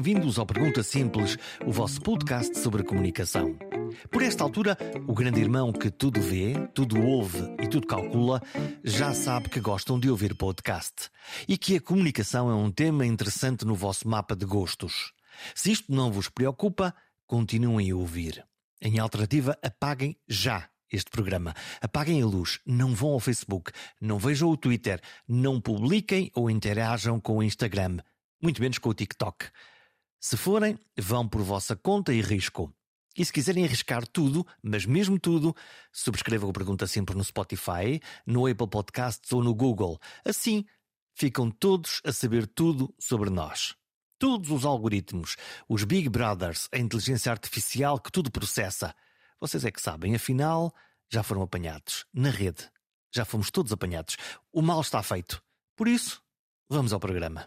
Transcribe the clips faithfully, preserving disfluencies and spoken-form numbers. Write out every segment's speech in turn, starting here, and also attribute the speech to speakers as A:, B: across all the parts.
A: bem-vindos ao Pergunta Simples, o vosso podcast sobre comunicação. Por esta altura, o grande irmão que tudo vê, tudo ouve e tudo calcula, já sabe que gostam de ouvir podcast e que a comunicação é um tema interessante no vosso mapa de gostos. Se isto não vos preocupa, continuem a ouvir. Em alternativa, apaguem já este programa. Apaguem a luz, não vão ao Facebook, não vejam o Twitter, não publiquem ou interajam com o Instagram, muito menos com o TikTok. Se forem, vão por vossa conta e risco. E se quiserem arriscar tudo, mas mesmo tudo, subscrevam a Pergunta Simples no Spotify, no Apple Podcasts ou no Google. Assim, ficam todos a saber tudo sobre nós. Todos os algoritmos, os Big Brothers, a inteligência artificial que tudo processa. Vocês é que sabem, afinal, já foram apanhados. Na rede, já fomos todos apanhados. O mal está feito. Por isso, vamos ao programa.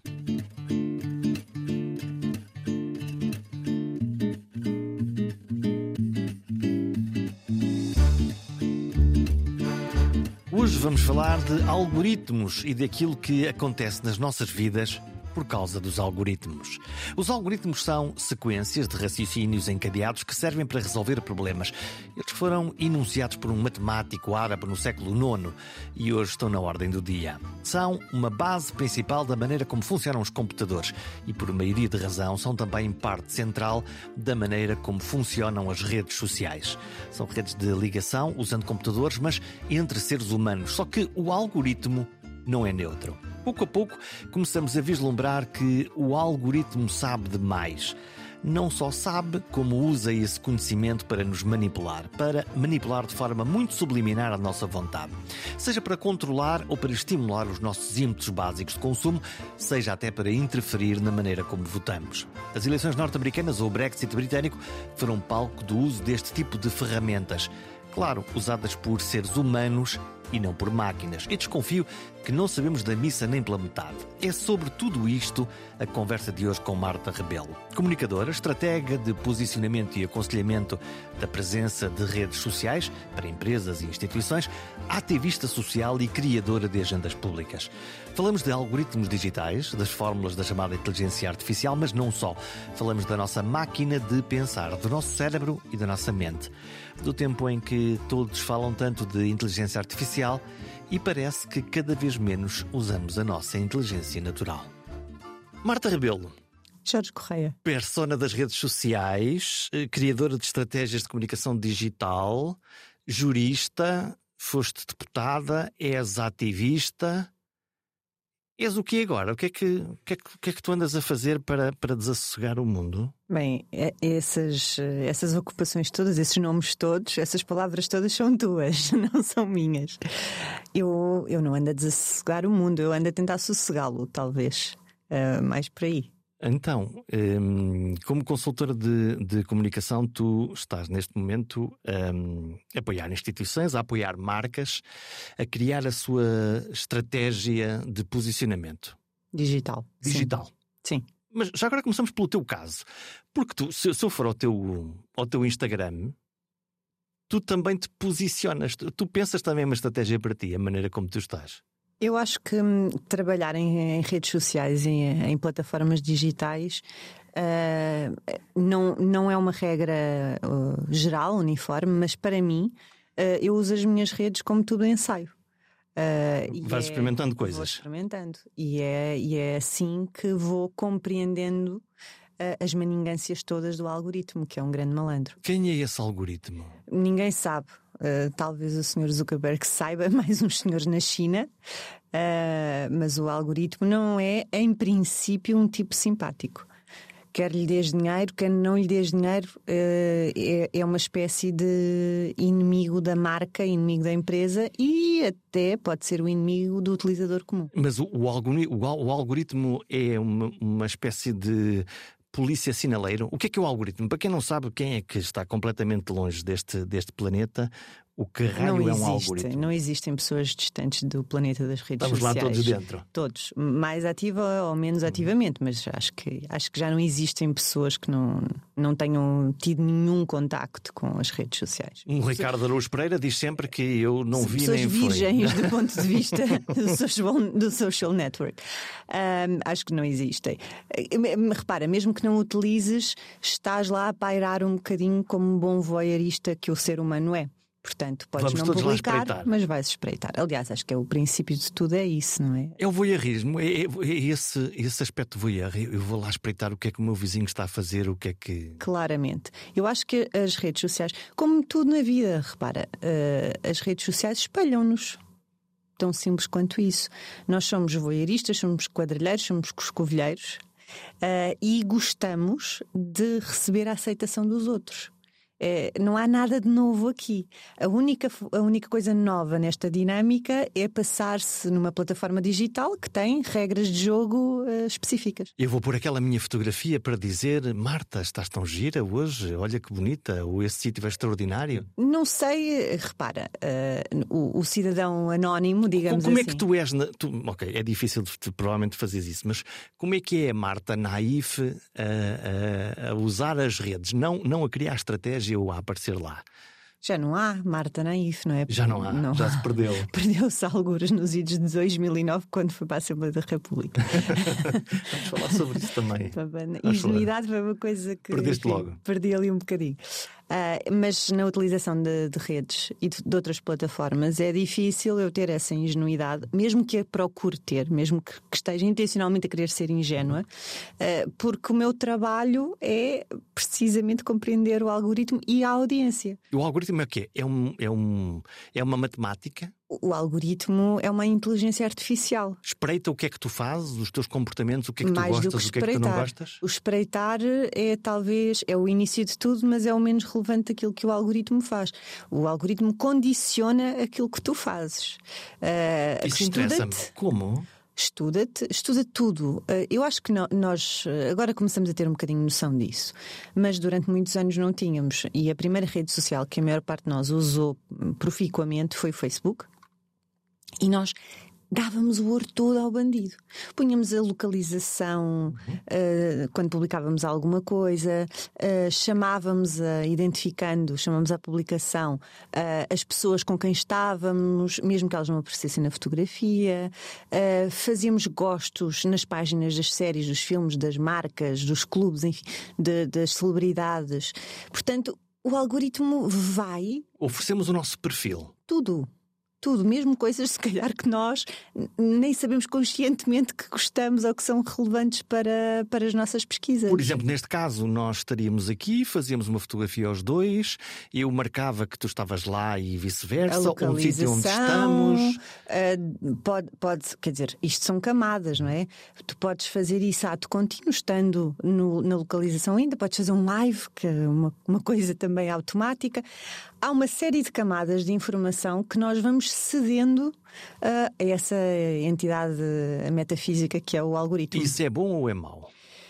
A: Hoje vamos falar de algoritmos e daquilo que acontece nas nossas vidas por causa dos algoritmos. Os algoritmos são sequências de raciocínios encadeados que servem para resolver problemas. Eles foram enunciados por um matemático árabe no século nono e hoje estão na ordem do dia. São uma base principal da maneira como funcionam os computadores e, por maioria de razão, são também parte central da maneira como funcionam as redes sociais. São redes de ligação usando computadores, mas entre seres humanos. Só que o algoritmo não é neutro. Pouco a pouco começamos a vislumbrar que o algoritmo sabe demais. Não só sabe, como usa esse conhecimento para nos manipular, para manipular de forma muito subliminar a nossa vontade. Seja para controlar ou para estimular os nossos ímpetos básicos de consumo, seja até para interferir na maneira como votamos. As eleições norte-americanas ou o Brexit britânico foram palco do uso deste tipo de ferramentas. Claro, usadas por seres humanos e não por máquinas. E desconfio que não sabemos da missa nem pela metade. É sobre tudo isto a conversa de hoje com Marta Rebelo, comunicadora, estratega de posicionamento e aconselhamento da presença de redes sociais para empresas e instituições, ativista social e criadora de agendas públicas. Falamos de algoritmos digitais, das fórmulas da chamada inteligência artificial, mas não só. Falamos da nossa máquina de pensar, do nosso cérebro e da nossa mente. Do tempo em que todos falam tanto de inteligência artificial e parece que cada vez menos usamos a nossa inteligência natural. Marta Rebelo.
B: Jorge Correia.
A: Persona das redes sociais, criadora de estratégias de comunicação digital, jurista, foste deputada, és ativista. És o que agora? O que é que, o que, é que, o que é que tu andas a fazer para, para desassossegar o mundo?
B: Bem, essas, essas ocupações todas, esses nomes todos, essas palavras todas são tuas, não são minhas. Eu, eu não ando a desassossegar o mundo, eu ando a tentar sossegá-lo, talvez. Uh, mais por aí.
A: Então, um, como consultora de, de comunicação, tu estás neste momento um, a apoiar instituições, a apoiar marcas, a criar a sua estratégia de posicionamento.
B: Digital.
A: Digital.
B: Sim. Sim.
A: Mas já agora começamos pelo teu caso. Porque tu, se, se eu for ao teu, ao teu Instagram, tu também te posicionas. Tu, tu pensas também uma estratégia para ti, a maneira como tu estás.
B: Eu acho que hum, trabalhar em, em redes sociais, em, em plataformas digitais, uh, não, não é uma regra uh, geral, uniforme, mas para mim, uh, eu uso as minhas redes como tudo de ensaio.
A: Uh, Vais é, experimentando coisas.
B: Vou experimentando. E é, e é assim que vou compreendendo uh, as maningâncias todas do algoritmo, que é um grande malandro.
A: Quem é esse algoritmo?
B: Ninguém sabe. Uh, talvez o senhor Zuckerberg saiba, mais uns senhores na China, uh, mas o algoritmo não é, em princípio, um tipo simpático. Quer lhe dês dinheiro, quer não lhe dês dinheiro, uh, é, é uma espécie de inimigo da marca, inimigo da empresa e até pode ser o inimigo do utilizador comum.
A: Mas o, o, algoritmo, o algoritmo é uma, uma espécie de polícia sinaleiro. O que é que é o algoritmo? Para quem não sabe, quem é que está completamente longe deste, deste planeta, O que raio
B: não
A: é um
B: existe,
A: algoritmo?
B: Não existem pessoas distantes do planeta das redes
A: Estamos
B: sociais.
A: lá todos dentro.
B: Todos, mais ativa ou menos ativamente, mas acho que, acho que já não existem pessoas que não, não tenham tido nenhum contacto com as redes sociais.
A: Um Ricardo Araújo Pereira diz sempre que eu não vi
B: pessoas
A: nem fui.
B: virgens do ponto de vista do social, do social network. Um, acho que não existem. Repara, mesmo que não utilizes, estás lá a pairar um bocadinho como um bom voyeurista que o ser humano é. Portanto, podes
A: Vamos
B: não
A: todos
B: publicar, mas vais espreitar. Aliás, acho que é o princípio de tudo, é isso, não é?
A: É o voyeurismo, é, é, é esse, esse aspecto voyeur. Eu vou lá espreitar o que é que o meu vizinho está a fazer, o que é que...
B: Claramente. Eu acho que as redes sociais, como tudo na vida, repara, uh, as redes sociais espalham-nos. Tão simples quanto isso. Nós somos voyeuristas, somos quadrilheiros, somos coscovilheiros uh, e gostamos de receber a aceitação dos outros. É, não há nada de novo aqui. A única, a única coisa nova nesta dinâmica é passar-se numa plataforma digital que tem regras de jogo uh, específicas.
A: Eu vou pôr aquela minha fotografia para dizer: Marta, estás tão gira hoje, olha que bonita, ou esse sítio é extraordinário.
B: Não sei, repara, uh, o, o cidadão anónimo, digamos
A: como, como
B: assim.
A: Como é que tu és? Na, tu, ok, é difícil de, de, provavelmente fazeres isso, mas como é que é a Marta naif a, a, a usar as redes, não, não a criar estratégia ou a aparecer lá?
B: Já não há Marta naif, não é?
A: Já não há, não já há. Se perdeu.
B: Perdeu-se algures nos idos de dois mil e nove, quando foi para a Assembleia da República.
A: Vamos falar sobre isso também.
B: Ingenuidade foi uma coisa que...
A: Perdeste
B: enfim,
A: logo.
B: Perdi ali um bocadinho. Uh, mas na utilização de, de redes e de, de outras plataformas é difícil eu ter essa ingenuidade, mesmo que a procure ter, mesmo que, que esteja intencionalmente a querer ser ingênua, uh, porque o meu trabalho é precisamente compreender o algoritmo e a audiência.
A: O algoritmo é o quê? É, um, é, um, é uma matemática?
B: O algoritmo é uma inteligência artificial.
A: Espreita o que é que tu fazes, os teus comportamentos, o que é que tu
B: Mais
A: gostas,
B: que
A: o que é que tu não gostas?
B: O espreitar é talvez é o início de tudo, mas é o menos relevante daquilo que o algoritmo faz. O algoritmo condiciona aquilo que tu fazes. Uh,
A: Isso interessa-me. Como?
B: Estuda-te, estuda tudo. Eu acho que nós agora começamos a ter um bocadinho noção disso, mas durante muitos anos não tínhamos. E a primeira rede social que a maior parte de nós usou proficuamente foi o Facebook. E nós dávamos o ouro todo ao bandido. Punhamos a localização uh, quando publicávamos alguma coisa, uh, chamávamos a, identificando, chamamos a publicação uh, as pessoas com quem estávamos, mesmo que elas não aparecessem na fotografia, uh, fazíamos gostos nas páginas das séries, dos filmes, das marcas, dos clubes, enfim, de, das celebridades. Portanto, o algoritmo vai...
A: Oferecemos o nosso perfil.
B: Tudo. Tudo, mesmo coisas se calhar que nós nem sabemos conscientemente que gostamos ou que são relevantes para, para as nossas pesquisas.
A: Por exemplo, neste caso, nós estaríamos aqui, fazíamos uma fotografia aos dois, eu marcava que tu estavas lá e vice-versa, ou um sítio onde estamos.
B: Uh, pode, pode, quer dizer, isto são camadas, não é? Tu podes fazer isso ato contínuo, estando no, na localização ainda, podes fazer um live, que é uma, uma coisa também automática. Há uma série de camadas de informação que nós vamos cedendo a essa entidade metafísica que é o algoritmo.
A: Isso é bom ou é mau?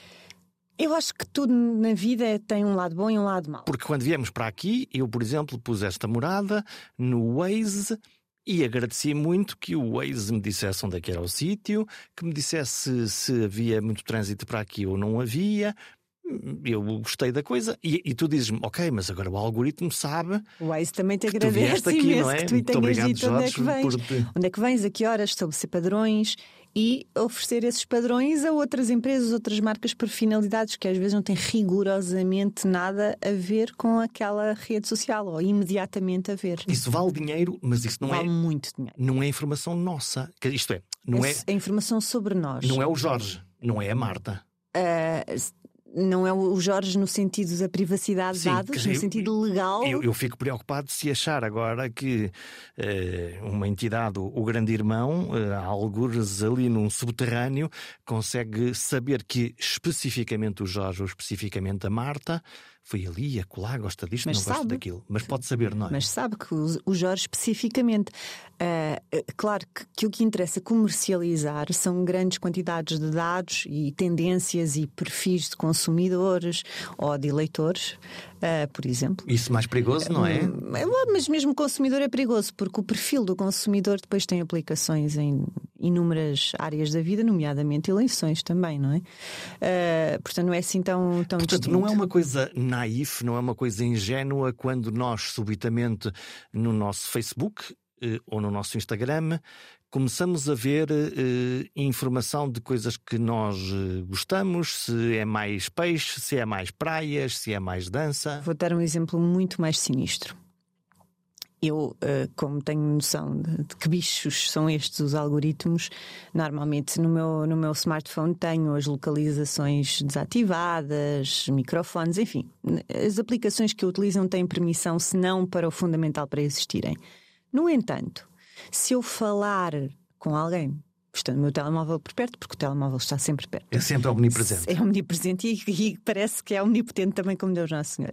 B: Eu acho que tudo na vida tem um lado bom e um lado mau.
A: Porque quando viemos para aqui, eu, por exemplo, pus esta morada no Waze e agradeci muito que o Waze me dissesse onde é que era o sítio, que me dissesse se havia muito trânsito para aqui ou não havia. Eu gostei da coisa e, e tu dizes-me, ok, mas agora o algoritmo sabe.
B: O Waze também te
A: que
B: agradece
A: tu aqui,
B: imenso
A: não é?
B: que tu
A: Muito
B: tenhas
A: obrigado,
B: dito onde é que vens.
A: Por te...
B: Onde é que vens, a que horas, estabelecer padrões e oferecer esses padrões a outras empresas, outras marcas por finalidades que às vezes não têm rigorosamente nada a ver com aquela rede social ou imediatamente a ver.
A: Isso vale dinheiro, mas isso não
B: vale
A: é
B: muito dinheiro.
A: Não é informação nossa. Isto é, não é,
B: é informação sobre nós.
A: Não é o Jorge, não é a Marta.
B: Uh, Não é o Jorge no sentido da privacidade de dados, no sentido legal.
A: Eu, eu fico preocupado se achar agora que uh, uma entidade, o Grande Irmão, uh, algures ali num subterrâneo, consegue saber que especificamente o Jorge ou especificamente a Marta foi ali, acolá, gosta disto,
B: mas
A: não
B: sabe,
A: gosta daquilo. Mas pode saber, não é?
B: Mas sabe que o, o Jorge especificamente. Uh, claro que, que o que interessa comercializar são grandes quantidades de dados e tendências e perfis de consumo consumidores ou de eleitores, uh, por exemplo.
A: Isso mais perigoso, não é?
B: Uh, mas mesmo consumidor é perigoso, porque o perfil do consumidor depois tem aplicações em inúmeras áreas da vida, nomeadamente eleições também, não é? Uh, portanto, não é assim tão, tão
A: Portanto,
B: distinto.
A: não é uma coisa naif, não é uma coisa ingênua quando nós, subitamente, no nosso Facebook eh, ou no nosso Instagram, começamos a ver eh, informação de coisas que nós eh, gostamos, se é mais peixe, se é mais praias, se é mais dança.
B: Vou dar um exemplo muito mais sinistro. Eu, como tenho noção de que bichos são estes os algoritmos, normalmente no meu, no meu smartphone tenho as localizações desativadas, microfones, enfim. As aplicações que eu utilizo não têm permissão senão para o fundamental para existirem. No entanto, se eu falar com alguém, estando o meu telemóvel por perto, porque o telemóvel está sempre perto.
A: É sempre omnipresente.
B: É omnipresente e, e parece que é omnipotente também, como Deus Nosso Senhor.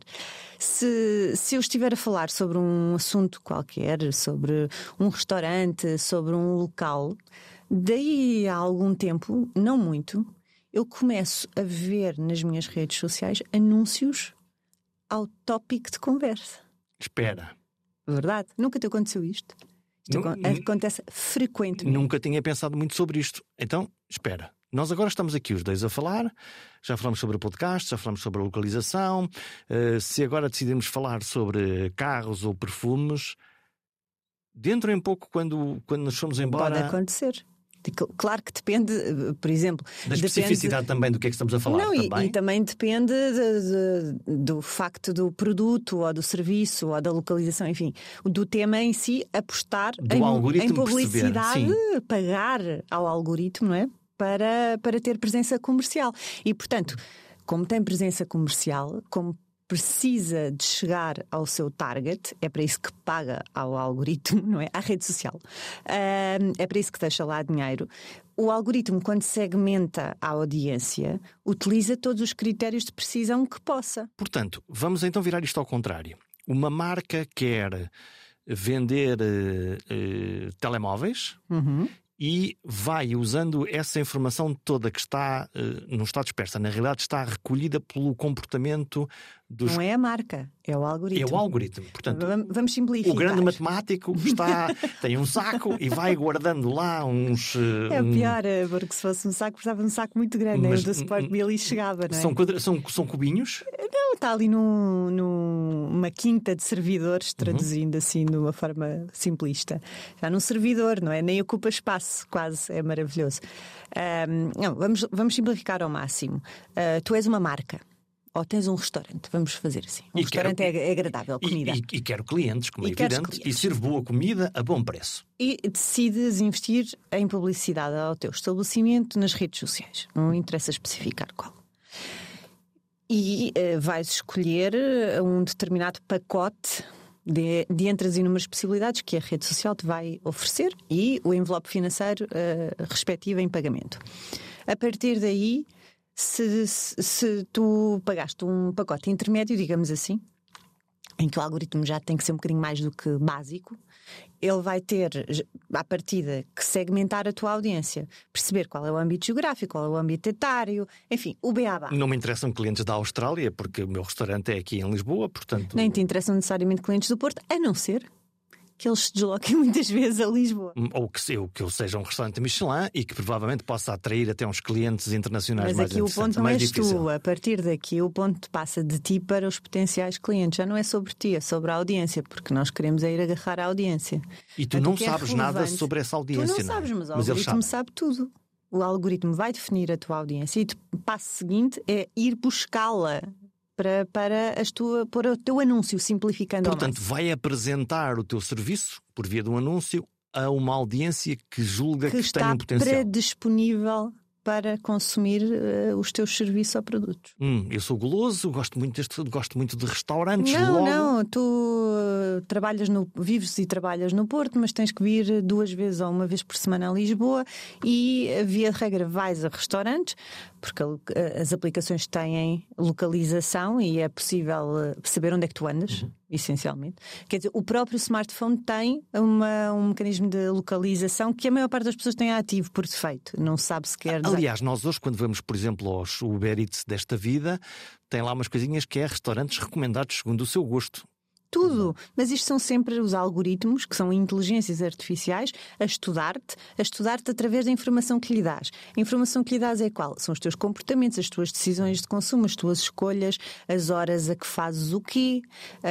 B: Se, se eu estiver a falar sobre um assunto qualquer, sobre um restaurante, sobre um local, daí a algum tempo, não muito, eu começo a ver nas minhas redes sociais anúncios ao tópico de conversa.
A: Espera.
B: Verdade? Nunca te aconteceu isto? Isto
A: Não,
B: acontece frequentemente.
A: Nunca tinha pensado muito sobre isto. Então, espera. Nós agora estamos aqui os dois a falar. Já falamos sobre o podcast, já falamos sobre a localização. Uh, se agora decidirmos falar sobre carros ou perfumes, dentro em pouco, quando, quando nos formos embora...
B: Pode acontecer. Claro que depende, por exemplo...
A: Da especificidade depende... também do que é que estamos a falar.
B: Não,
A: também.
B: E, e também depende de, de, do facto do produto, ou do serviço, ou da localização, enfim, do tema em si, apostar
A: do
B: em, em publicidade, pagar ao algoritmo, não é? Para, para ter presença comercial. E, portanto, como tem presença comercial, como precisa de chegar ao seu target, é para isso que paga ao algoritmo, não é? À rede social. Uh, é para isso que deixa lá dinheiro. O algoritmo, quando segmenta a audiência, utiliza todos os critérios de precisão que possa.
A: Portanto, vamos então virar isto ao contrário. Uma marca quer vender uh, uh, telemóveis...
B: Uhum.
A: E vai usando essa informação toda que está, uh, não está dispersa, na realidade está recolhida pelo comportamento dos...
B: Não é a marca, é o algoritmo.
A: É o algoritmo. Portanto,
B: vamos simplificar.
A: O grande matemático está, tem um saco e vai guardando lá uns... Uh,
B: é
A: um...
B: pior, porque se fosse um saco, precisava de um saco muito grande. Mas, o do Sport Billy chegava, não é?
A: São, quadra... são, são cubinhos?
B: Não, está ali num, numa quinta de servidores, traduzindo uhum. assim de uma forma simplista. Já num servidor, não é? Nem ocupa espaço, quase, é maravilhoso. Um, não, vamos, vamos simplificar ao máximo. Uh, tu és uma marca. Ou tens um restaurante, vamos fazer assim. Um
A: e
B: restaurante
A: quero,
B: é agradável, comida.
A: E, e, e quero clientes, como
B: e
A: é evidente, e sirvo boa comida a bom preço.
B: E decides investir em publicidade ao teu estabelecimento nas redes sociais. Não interessa especificar qual. E uh, vais escolher um determinado pacote de, de entre as inúmeras possibilidades que a rede social te vai oferecer e o envelope financeiro uh, respectivo em pagamento. A partir daí, se, se, se tu pagaste um pacote intermédio, digamos assim, em que o algoritmo já tem que ser um bocadinho mais do que básico, ele vai ter, à partida, que segmentar a tua audiência, perceber qual é o âmbito geográfico, qual é o âmbito etário, enfim, o beabá.
A: Não me interessam clientes da Austrália, porque o meu restaurante é aqui em Lisboa, portanto...
B: Nem te interessam necessariamente clientes do Porto, a não ser que eles se desloquem muitas vezes a Lisboa.
A: Ou que, eu, que eu seja um restaurante Michelin e que provavelmente possa atrair até uns clientes internacionais.
B: Mas
A: mais
B: aqui o ponto não
A: mais
B: és
A: difícil.
B: tu. A partir daqui o ponto passa de ti para os potenciais clientes. Já não é sobre ti, é sobre a audiência, porque nós queremos é ir agarrar a audiência.
A: E tu não sabes é nada sobre essa audiência.
B: Tu não sabes, mas o mas algoritmo sabe tudo. O algoritmo vai definir a tua audiência e o passo seguinte é ir buscá-la para, para as tua, pôr o teu anúncio, simplificando ao máximo.
A: Portanto, vai apresentar o teu serviço, por via de um anúncio, a uma audiência que julga que, que tem um potencial.
B: Que está predisponível para consumir uh, os teus serviços ou produtos.
A: Hum, eu sou goloso, gosto muito, deste, gosto muito de restaurantes.
B: Não,
A: logo...
B: não, tu uh, trabalhas no, vives e trabalhas no Porto, mas tens que vir duas vezes ou uma vez por semana a Lisboa e, via de regra, vais a restaurantes, porque uh, as aplicações têm localização e é possível uh, saber onde é que tu andas. Uhum. essencialmente. Quer dizer, o próprio smartphone tem uma, um mecanismo de localização que a maior parte das pessoas tem ativo por defeito. Não sabe sequer.
A: Aliás, nós hoje, quando vamos, por exemplo, aos Uber Eats desta vida, tem lá umas coisinhas que é restaurantes recomendados segundo o seu gosto.
B: Tudo, mas isto são sempre os algoritmos, que são inteligências artificiais, a estudar-te, a estudar-te através da informação que lhe dás. A informação que lhe dás é qual? São os teus comportamentos, as tuas decisões de consumo, as tuas escolhas, as horas a que fazes o quê,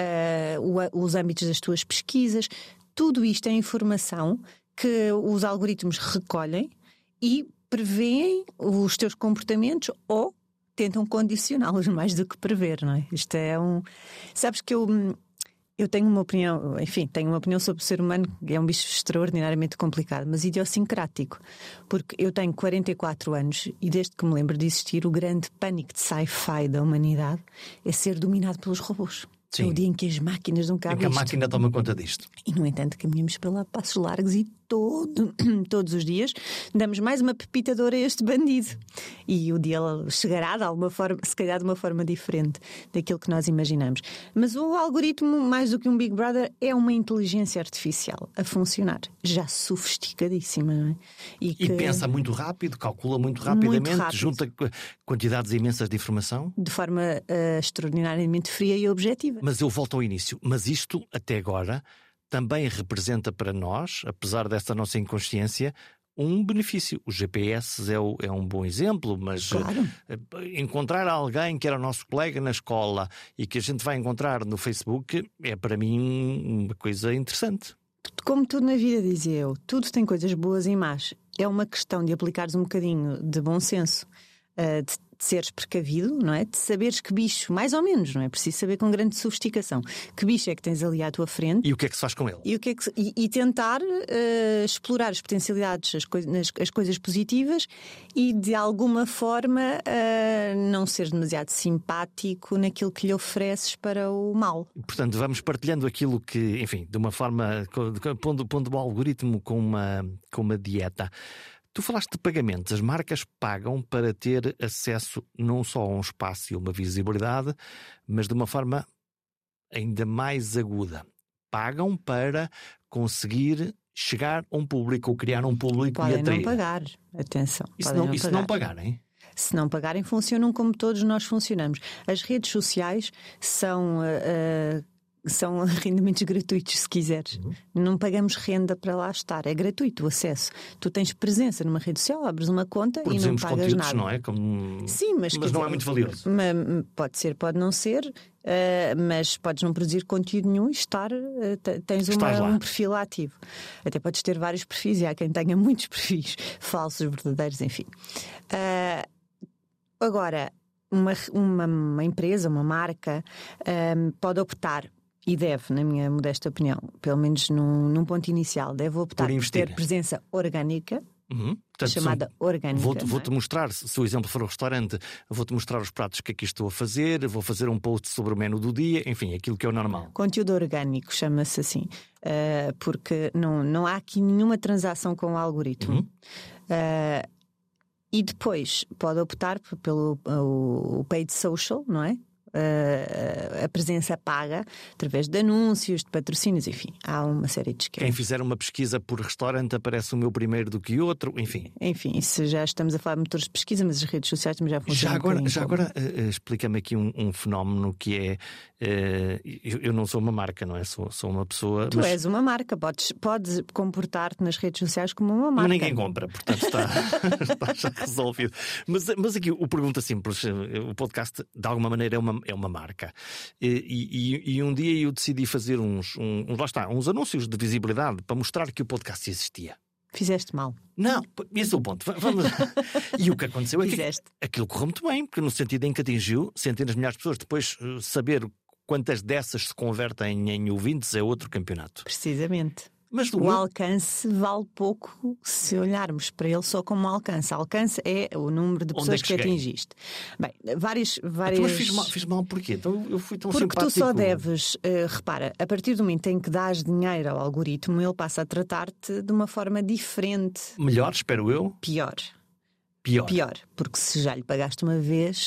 B: uh, os âmbitos das tuas pesquisas. Tudo isto é informação que os algoritmos recolhem e prevêem os teus comportamentos ou tentam condicioná-los mais do que prever, não é? Isto é um... Sabes que eu... Eu tenho uma opinião, enfim, tenho uma opinião sobre o ser humano que é um bicho extraordinariamente complicado, mas idiosincrático. Porque eu tenho quarenta e quatro anos e desde que me lembro de existir, o grande pânico de sci-fi da humanidade é ser dominado pelos robôs.
A: Sim.
B: É o dia em que as máquinas não cabem.
A: Em que a máquina toma conta disto.
B: E, no entanto, caminhamos pela passos largos e todo, todos os dias damos mais uma pepita de ouro a este bandido. E o dia chegará de alguma forma, se calhar de uma forma diferente daquilo que nós imaginamos. Mas o algoritmo, mais do que um Big Brother, é uma inteligência artificial a funcionar, já sofisticadíssima, não é?
A: E, que... e pensa muito rápido, calcula muito rapidamente,
B: muito rápido.
A: Junta quantidades imensas de informação.
B: De forma uh, extraordinariamente fria e objetiva.
A: Mas eu volto ao início. Mas isto, até agora, também representa para nós, apesar dessa nossa inconsciência, um benefício. O G P S é, o, é um bom exemplo, mas
B: claro.
A: encontrar alguém que era o nosso colega na escola e que a gente vai encontrar no Facebook é para mim uma coisa interessante.
B: Como tudo na vida, dizia eu, tudo tem coisas boas e más. É uma questão de aplicares um bocadinho de bom senso, de de seres precavido, não é? De saberes que bicho, mais ou menos, não é? Preciso saber com grande sofisticação que bicho é que tens ali à tua frente.
A: E o que é que se faz com ele?
B: E, o que é que, e, e tentar uh, explorar as potencialidades, as, coi as, as coisas positivas e de alguma forma uh, não ser demasiado simpático naquilo que lhe ofereces para o mal.
A: Portanto, vamos partilhando aquilo que, enfim, de uma forma, pondo, pondo o algoritmo com uma, com uma dieta. Tu falaste de pagamentos. As marcas pagam para ter acesso não só a um espaço e uma visibilidade, mas de uma forma ainda mais aguda. Pagam para conseguir chegar a um público ou criar um público
B: podem
A: e atrair.
B: Não pagar, atenção.
A: E se
B: não,
A: não, e se não pagarem?
B: Se não pagarem, funcionam como todos nós funcionamos. As redes sociais são... Uh, uh, São rendimentos gratuitos, se quiseres. Uhum. Não pagamos renda para lá estar. É gratuito o acesso. Tu tens presença numa rede social, abres uma conta e não pagas
A: conteúdos,
B: nada.
A: Não é? Como...
B: Sim, mas,
A: mas não
B: dizer,
A: é muito valioso.
B: Pode ser, pode não ser, uh, mas podes não produzir conteúdo nenhum e estar, uh, tens uma, um perfil ativo. Até podes ter vários perfis e há quem tenha muitos perfis, falsos, verdadeiros, enfim. Uh, agora, uma, uma, uma empresa, uma marca, um, pode optar. E deve, na minha modesta opinião, pelo menos num, num ponto inicial, deve optar por, por ter presença orgânica,
A: uhum. Portanto,
B: chamada
A: são,
B: orgânica.
A: Vou-te,
B: é?
A: vou-te mostrar, se o exemplo for o restaurante, vou-te mostrar os pratos que aqui estou a fazer, vou fazer um post sobre o menu do dia, enfim, aquilo que é o normal.
B: Conteúdo orgânico, chama-se assim, uh, porque não, não há aqui nenhuma transação com o algoritmo. Uhum. Uh, e depois pode optar pelo o, o paid social, não é? Uh, a presença paga através de anúncios, de patrocínios, enfim, há uma série de esquemas.
A: Quem fizer uma pesquisa por restaurante aparece o meu primeiro do que outro, enfim.
B: Enfim, isso já estamos a falar de motores de pesquisa, mas as redes sociais também já funcionam.
A: Já agora,
B: um
A: já agora uh, explica-me aqui um, um fenómeno que é uh, eu, eu não sou uma marca, não é? Sou, sou uma pessoa.
B: Tu
A: mas... és
B: uma marca, podes, podes comportar-te nas redes sociais como uma marca.
A: Mas ninguém compra, portanto está, está já resolvido. Mas, mas aqui o Pergunta Simples, o podcast de alguma maneira é uma é uma marca. E, e, e um dia eu decidi fazer uns, uns, lá está, uns anúncios de visibilidade para mostrar que o podcast existia.
B: Fizeste mal.
A: Não, esse é o ponto. Vamos... E o que aconteceu é
B: Fizeste.
A: que aquilo correu muito bem, porque no sentido em que atingiu centenas de milhares de pessoas, depois saber quantas dessas se convertem em ouvintes é outro campeonato.
B: Precisamente.
A: Mas
B: o alcance vale pouco se olharmos para ele só como alcance. Alcance é o número de pessoas é que, que atingiste. Bem, várias. várias...
A: Mas fiz mal, fiz mal porquê? Então eu fui tão
B: Porque
A: simpático.
B: tu só deves, uh, repara, a partir do momento em que dás dinheiro ao algoritmo, ele passa a tratar-te de uma forma diferente.
A: Melhor, espero eu.
B: Pior.
A: Pior.
B: Pior. Porque se já lhe pagaste uma vez,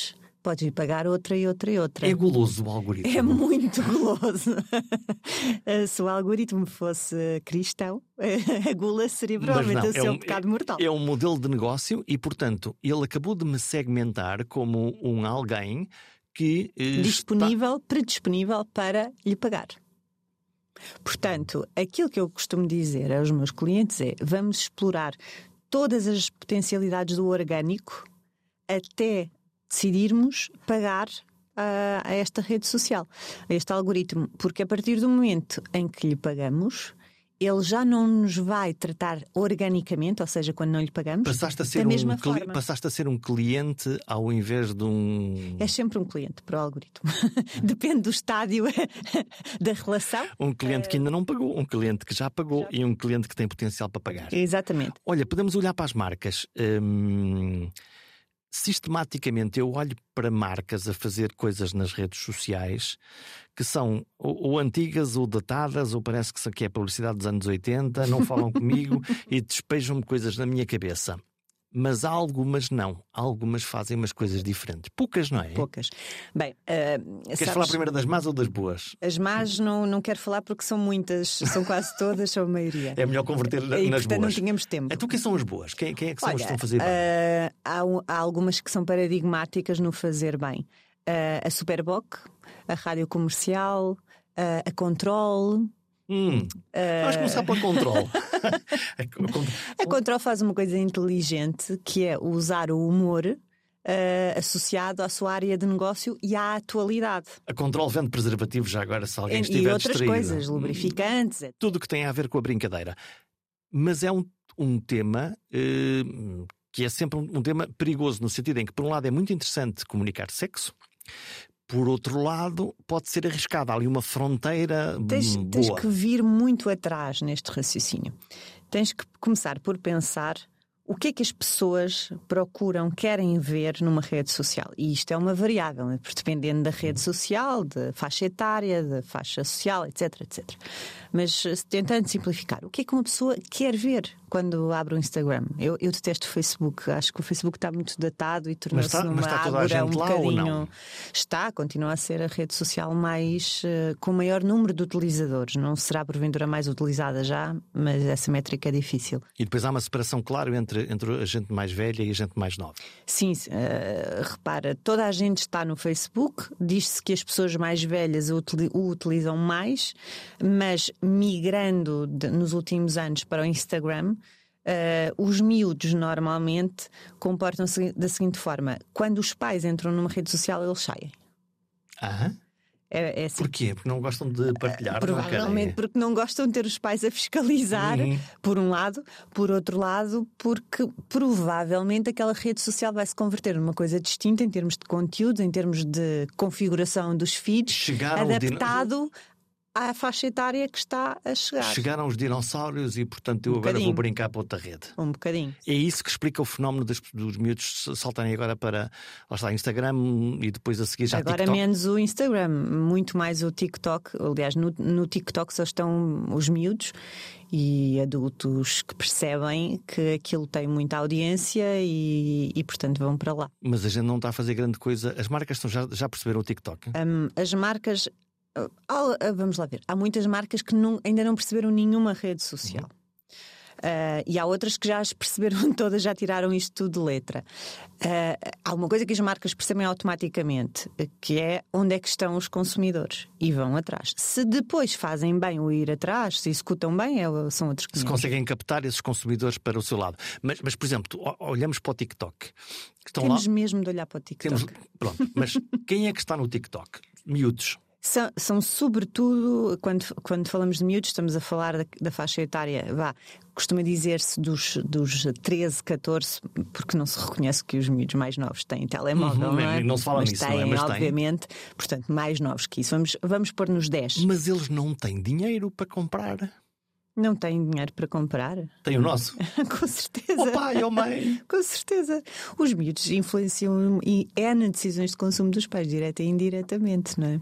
B: podes ir pagar outra e outra e outra.
A: É guloso o algoritmo.
B: É muito guloso. Se o algoritmo fosse cristão, a gula seria provavelmente não, o seu é um, pecado mortal.
A: É um modelo de negócio e, portanto, ele acabou de me segmentar como um alguém que
B: disponível,
A: está...
B: predisponível para lhe pagar. Portanto, aquilo que eu costumo dizer aos meus clientes é: vamos explorar todas as potencialidades do orgânico até decidirmos pagar a, a esta rede social, a este algoritmo, porque a partir do momento em que lhe pagamos, ele já não nos vai tratar organicamente, ou seja, quando não lhe pagamos,
A: passaste a ser
B: da
A: um
B: mesma
A: cli...
B: forma.
A: Passaste a ser um cliente ao invés de um...
B: É sempre um cliente para o algoritmo. Depende do estádio da relação.
A: Um cliente que ainda não pagou, um cliente que já pagou já. E um cliente que tem potencial para pagar.
B: Exatamente.
A: Olha, podemos olhar para as marcas. Hum... Sistematicamente eu olho para marcas a fazer coisas nas redes sociais que são ou, ou antigas ou datadas, ou parece que, que é publicidade dos anos oitenta, não falam comigo e despejam-me coisas na minha cabeça. Mas há algumas não. Há algumas fazem umas coisas diferentes. Poucas, não é?
B: Poucas. Bem, uh,
A: queres
B: sabes,
A: falar primeiro das más ou das boas?
B: As más não, não quero falar porque são muitas, são quase todas, são a maioria.
A: É melhor converter
B: e,
A: nas
B: e,
A: boas.
B: Portanto, não tínhamos tempo.
A: Então, quem são as boas? Quem, quem é que são
B: Olha,
A: as que estão a fazer bem?
B: Uh, há, há algumas que são paradigmáticas no fazer bem. Uh, a Superboc, a Rádio Comercial, uh, a Control.
A: Hum, uh... Vamos começar pela Control.
B: A Control faz uma coisa inteligente, que é usar o humor uh, associado à sua área de negócio e à atualidade.
A: A Control vende preservativos já agora, se alguém
B: e,
A: estiver
B: e outras
A: distraído.
B: coisas, lubrificantes.
A: Hum, tudo que tem a ver com a brincadeira. Mas é um, um tema uh, que é sempre um, um tema perigoso, no sentido em que, por um lado, é muito interessante comunicar sexo. Por outro lado, pode ser arriscado. Há ali uma fronteira
B: tens,
A: boa.
B: Tens que vir muito atrás neste raciocínio. Tens que começar por pensar o que é que as pessoas procuram, querem ver numa rede social. E isto é uma variável, dependendo da rede social, da faixa etária, da faixa social, etc, etcétera. Mas tentando simplificar, o que é que uma pessoa quer ver quando abre o Instagram? Eu, eu detesto o Facebook. Acho que o Facebook está muito datado e tornou-se
A: mas está,
B: numa
A: mas está toda a
B: ágora
A: gente
B: um
A: lá
B: bocadinho...
A: ou não?
B: Está, continua a ser a rede social mais uh, com o maior número de utilizadores. Não será porventura mais utilizada já, mas essa métrica é difícil.
A: E depois há uma separação clara entre, entre a gente mais velha e a gente mais nova.
B: Sim, uh, repara, toda a gente está no Facebook, diz-se que as pessoas mais velhas o, o utilizam mais, mas migrando de, nos últimos anos para o Instagram, Uh, os miúdos normalmente comportam-se da seguinte forma: quando os pais entram numa rede social, eles saem.
A: Ah,
B: é, é assim.
A: Porquê? Porque não gostam de partilhar?
B: Uh, provavelmente
A: não
B: porque não gostam de ter os pais a fiscalizar, uhum. Por um lado. Por outro lado, porque provavelmente aquela rede social vai se converter numa coisa distinta em termos de conteúdo, em termos de configuração dos feeds,
A: Chegaram
B: adaptado à faixa etária que está a chegar.
A: Chegaram os dinossauros e, portanto, eu
B: um
A: agora
B: bocadinho.
A: vou brincar para outra rede.
B: Um bocadinho.
A: É isso que explica o fenómeno dos, dos miúdos saltarem agora para lá está, Instagram e depois a seguir já
B: agora
A: TikTok.
B: Menos o Instagram, muito mais o TikTok. Aliás, no, no TikTok só estão os miúdos e adultos que percebem que aquilo tem muita audiência e, e portanto, vão para lá.
A: Mas a gente não está a fazer grande coisa. As marcas estão já, já perceberam o TikTok?
B: Um, as marcas... Vamos lá ver. Há muitas marcas que não, ainda não perceberam nenhuma rede social. Uhum. Uh, e há outras que já as perceberam todas, já tiraram isto tudo de letra. Uh, há uma coisa que as marcas percebem automaticamente, que é onde é que estão os consumidores e vão atrás. Se depois fazem bem o ir atrás, se executam bem, é, são outros quinhentos.
A: Se conseguem captar esses consumidores para o seu lado. Mas, mas por exemplo, olhamos para o TikTok. Estão
B: Temos
A: lá...
B: mesmo de olhar para o TikTok.
A: Temos... Pronto, mas quem é que está no TikTok? Miúdos.
B: São, são sobretudo, quando, quando falamos de miúdos, estamos a falar da, da faixa etária, vá, costuma dizer-se dos, dos treze, catorze, porque não se reconhece que os miúdos mais novos têm telemóvel,
A: uhum,
B: não é?
A: Não se fala
B: mas
A: nisso,
B: têm,
A: não é? Mas
B: obviamente, têm. Portanto, mais novos que isso. Vamos, vamos pôr nos dez.
A: Mas eles não têm dinheiro para comprar.
B: Não têm dinheiro para comprar?
A: Tem o nosso?
B: Com certeza.
A: O pai ou mãe?
B: Com certeza. Os miúdos influenciam e é nas decisões de consumo dos pais, direta e indiretamente, não é?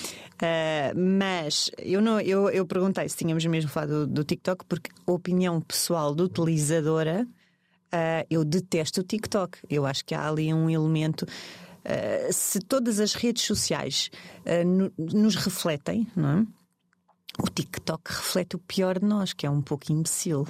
B: Uh, mas eu, não, eu, eu perguntei se tínhamos mesmo falado do, do TikTok, porque a opinião pessoal de utilizadora, uh, eu detesto o TikTok. Eu acho que há ali um elemento. Uh, se todas as redes sociais uh, no, nos refletem, não é? O TikTok reflete o pior de nós, que é um pouco imbecil.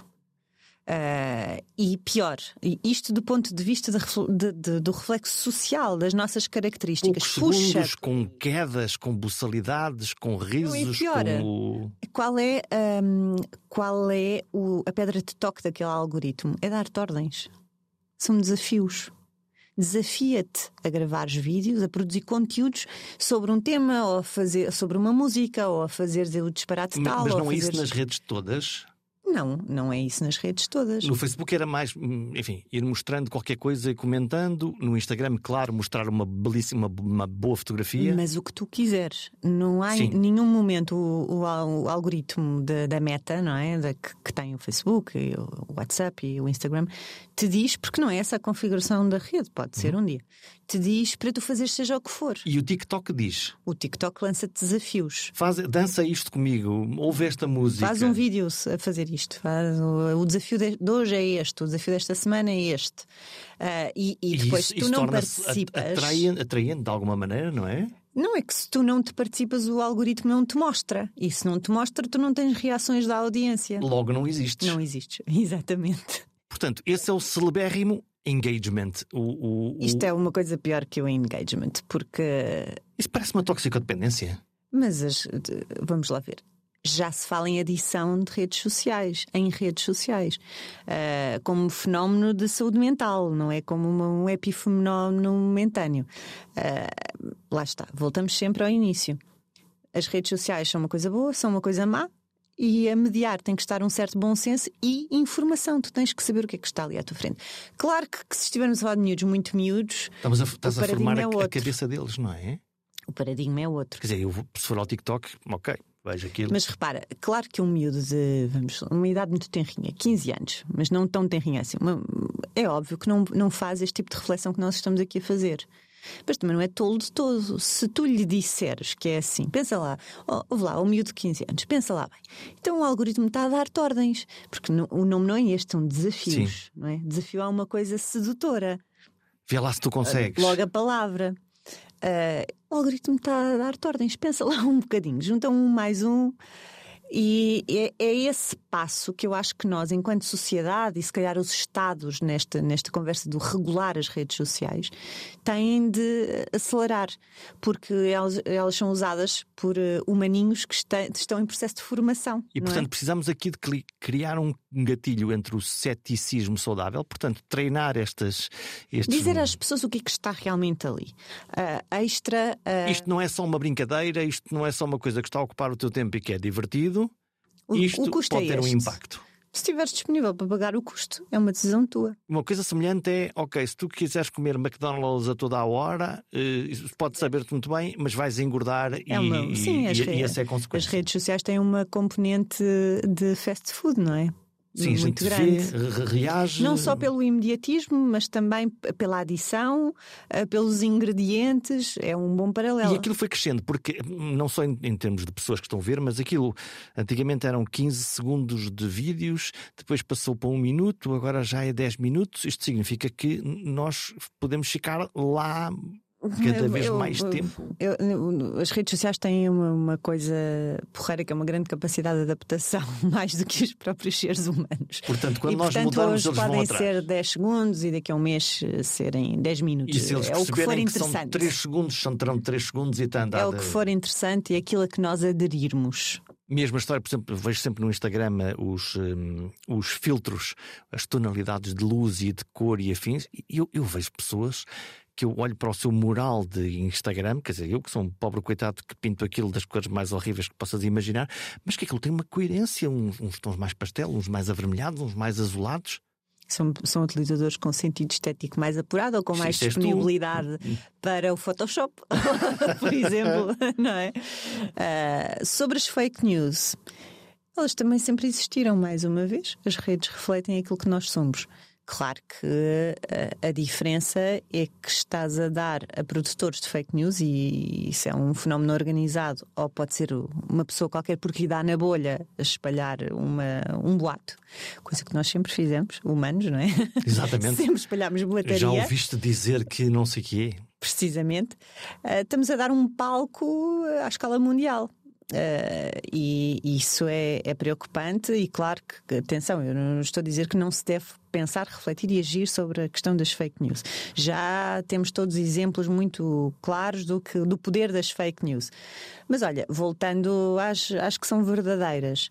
B: Uh, e pior, isto do ponto de vista de, de, de, do reflexo social das nossas características.
A: Poucos
B: Puxa,
A: segundos, com quedas, com buçalidades, com risos.
B: Pior,
A: com...
B: Qual é, um, qual é o, a pedra de toque daquele algoritmo? É dar-te ordens. São desafios. Desafia-te a gravar vídeos, a produzir conteúdos sobre um tema, ou a fazer, sobre uma música, ou a fazer o disparate
A: mas,
B: tal.
A: Mas não
B: ou
A: é
B: fazer...
A: isso nas redes todas?
B: Não, não é isso nas redes todas.
A: No Facebook era mais, enfim, ir mostrando qualquer coisa e comentando. No Instagram, claro, mostrar uma belíssima, uma boa fotografia.
B: Mas o que tu quiseres. Não há
A: Sim.
B: em nenhum momento o, o, o algoritmo da, da Meta, não é? Da, que, que tem o Facebook, e o WhatsApp e o Instagram, te diz, porque não é essa a configuração da rede, pode ser uhum. um dia, te diz para tu fazeres seja o que for.
A: E o TikTok diz?
B: O TikTok lança-te desafios.
A: Faz, dança isto comigo, ouve esta música.
B: Faz um vídeo a fazer isto. Faz, o, o desafio de, de hoje é este, o desafio desta semana é este. Uh, e, e depois
A: isso,
B: tu
A: isso
B: não participas.
A: Atraente, atraente de alguma maneira, não é?
B: Não, é que se tu não te participas, o algoritmo não te mostra. E se não te mostra, tu não tens reações da audiência.
A: Logo não existes.
B: Não existes, exatamente.
A: Portanto, esse é o celebérrimo engagement. O, o, o...
B: Isto é uma coisa pior que o engagement, porque...
A: Isso parece uma toxicodependência.
B: Mas as... vamos lá ver. Já se fala em adição de redes sociais, em redes sociais, uh, como fenómeno de saúde mental, não é como uma, um epifenómeno momentâneo. Uh, lá está, voltamos sempre ao início. As redes sociais são uma coisa boa, são uma coisa má, e a mediar tem que estar um certo bom senso e informação. Tu tens que saber o que é que está ali à tua frente. Claro que, que se estivermos a falar de miúdos muito miúdos,
A: Estamos a, estás a formar
B: é
A: a, a cabeça deles, não é?
B: O paradigma é outro.
A: Quer dizer, eu vou, se for ao TikTok, ok, vejo aquilo.
B: Mas repara, claro que um miúdo de, vamos, uma idade muito tenrinha, quinze anos, mas não tão tenrinha assim, uma, é óbvio que não, não faz este tipo de reflexão que nós estamos aqui a fazer. Mas também não é tolo de todo. Se tu lhe disseres que é assim, pensa lá, oh, ouve lá, o miúdo de quinze anos, pensa lá bem. Então o algoritmo está a dar-te ordens, porque no, o nome não é este, são desafios, não é? Desafio é uma coisa sedutora.
A: Vê lá se tu consegues.
B: Logo a palavra. Uh, o algoritmo está a dar-te ordens, pensa lá um bocadinho, junta um mais um. E é, é esse passo que eu acho que nós, enquanto sociedade, e se calhar os Estados, nesta, nesta conversa do regular as redes sociais, têm de acelerar, porque elas, elas são usadas por humaninhos que está, estão em processo de formação.
A: E, portanto,
B: é?
A: precisamos aqui de criar um gatilho entre o ceticismo saudável, portanto, treinar estas... Estes...
B: Dizer às pessoas o que é que está realmente ali. Uh, extra... Uh...
A: Isto não é só uma brincadeira, isto não é só uma coisa que está a ocupar o teu tempo e que é divertido.
B: O,
A: Isto
B: o custo
A: pode
B: é
A: ter
B: este.
A: um impacto.
B: Se estiveres disponível para pagar o custo, é uma decisão tua.
A: Uma coisa semelhante é, ok, se tu quiseres comer McDonald's a toda a hora, isso pode saber-te muito bem, mas vais engordar é uma... e, Sim, e, e essa é a consequência.
B: As redes sociais têm uma componente de fast food, não é?
A: Sim,
B: muito
A: a gente
B: grande.
A: Vê, reage.
B: Não só pelo imediatismo, mas também pela adição, pelos ingredientes. É um bom paralelo.
A: E aquilo foi crescendo, porque não só em, em termos de pessoas que estão a ver, mas aquilo antigamente eram quinze segundos de vídeos, depois passou para um minuto, agora já é dez minutos. Isto significa que nós podemos ficar lá cada vez eu, mais
B: eu,
A: tempo.
B: Eu, eu, as redes sociais têm uma, uma coisa porreira, que é uma grande capacidade de adaptação, mais do que os próprios seres humanos.
A: Portanto, quando
B: e,
A: nós
B: portanto,
A: mudarmos,
B: hoje
A: eles
B: podem
A: vão atrás.
B: ser dez segundos e daqui a um mês serem dez minutos.
A: E se eles
B: é o que for
A: que
B: interessante.
A: são três segundos, são terão três segundos e está andado.
B: É o que for interessante e aquilo a que nós aderirmos.
A: Mesma história, por exemplo, vejo sempre no Instagram os, um, os filtros, as tonalidades de luz e de cor e afins, e eu, eu vejo pessoas que eu olho para o seu mural de Instagram, quer dizer, eu que sou um pobre coitado que pinto aquilo das cores mais horríveis que possas imaginar, mas que aquilo tem uma coerência, uns, uns tons mais pastel, uns mais avermelhados, uns mais azulados.
B: São, são utilizadores com sentido estético mais apurado ou com mais
A: Sim,
B: disponibilidade para o Photoshop, por exemplo, não é? Uh, sobre as fake news, elas também sempre existiram, mais uma vez. As redes refletem aquilo que nós somos. Claro que a, a diferença é que estás a dar a produtores de fake news, e isso é um fenómeno organizado, ou pode ser uma pessoa qualquer porque lhe dá na bolha a espalhar uma, um boato, coisa que nós sempre fizemos, humanos, não é?
A: Exatamente.
B: Sempre espalhámos boataria.
A: Já ouviste dizer que não sei o quê?
B: Precisamente. Uh, estamos a dar um palco à escala mundial. Uh, e isso é, é preocupante, e claro que, atenção, eu não estou a dizer que não se deve pensar, refletir e agir sobre a questão das fake news. Já temos todos exemplos muito claros do, que, do poder das fake news. Mas olha, voltando às, às que são verdadeiras,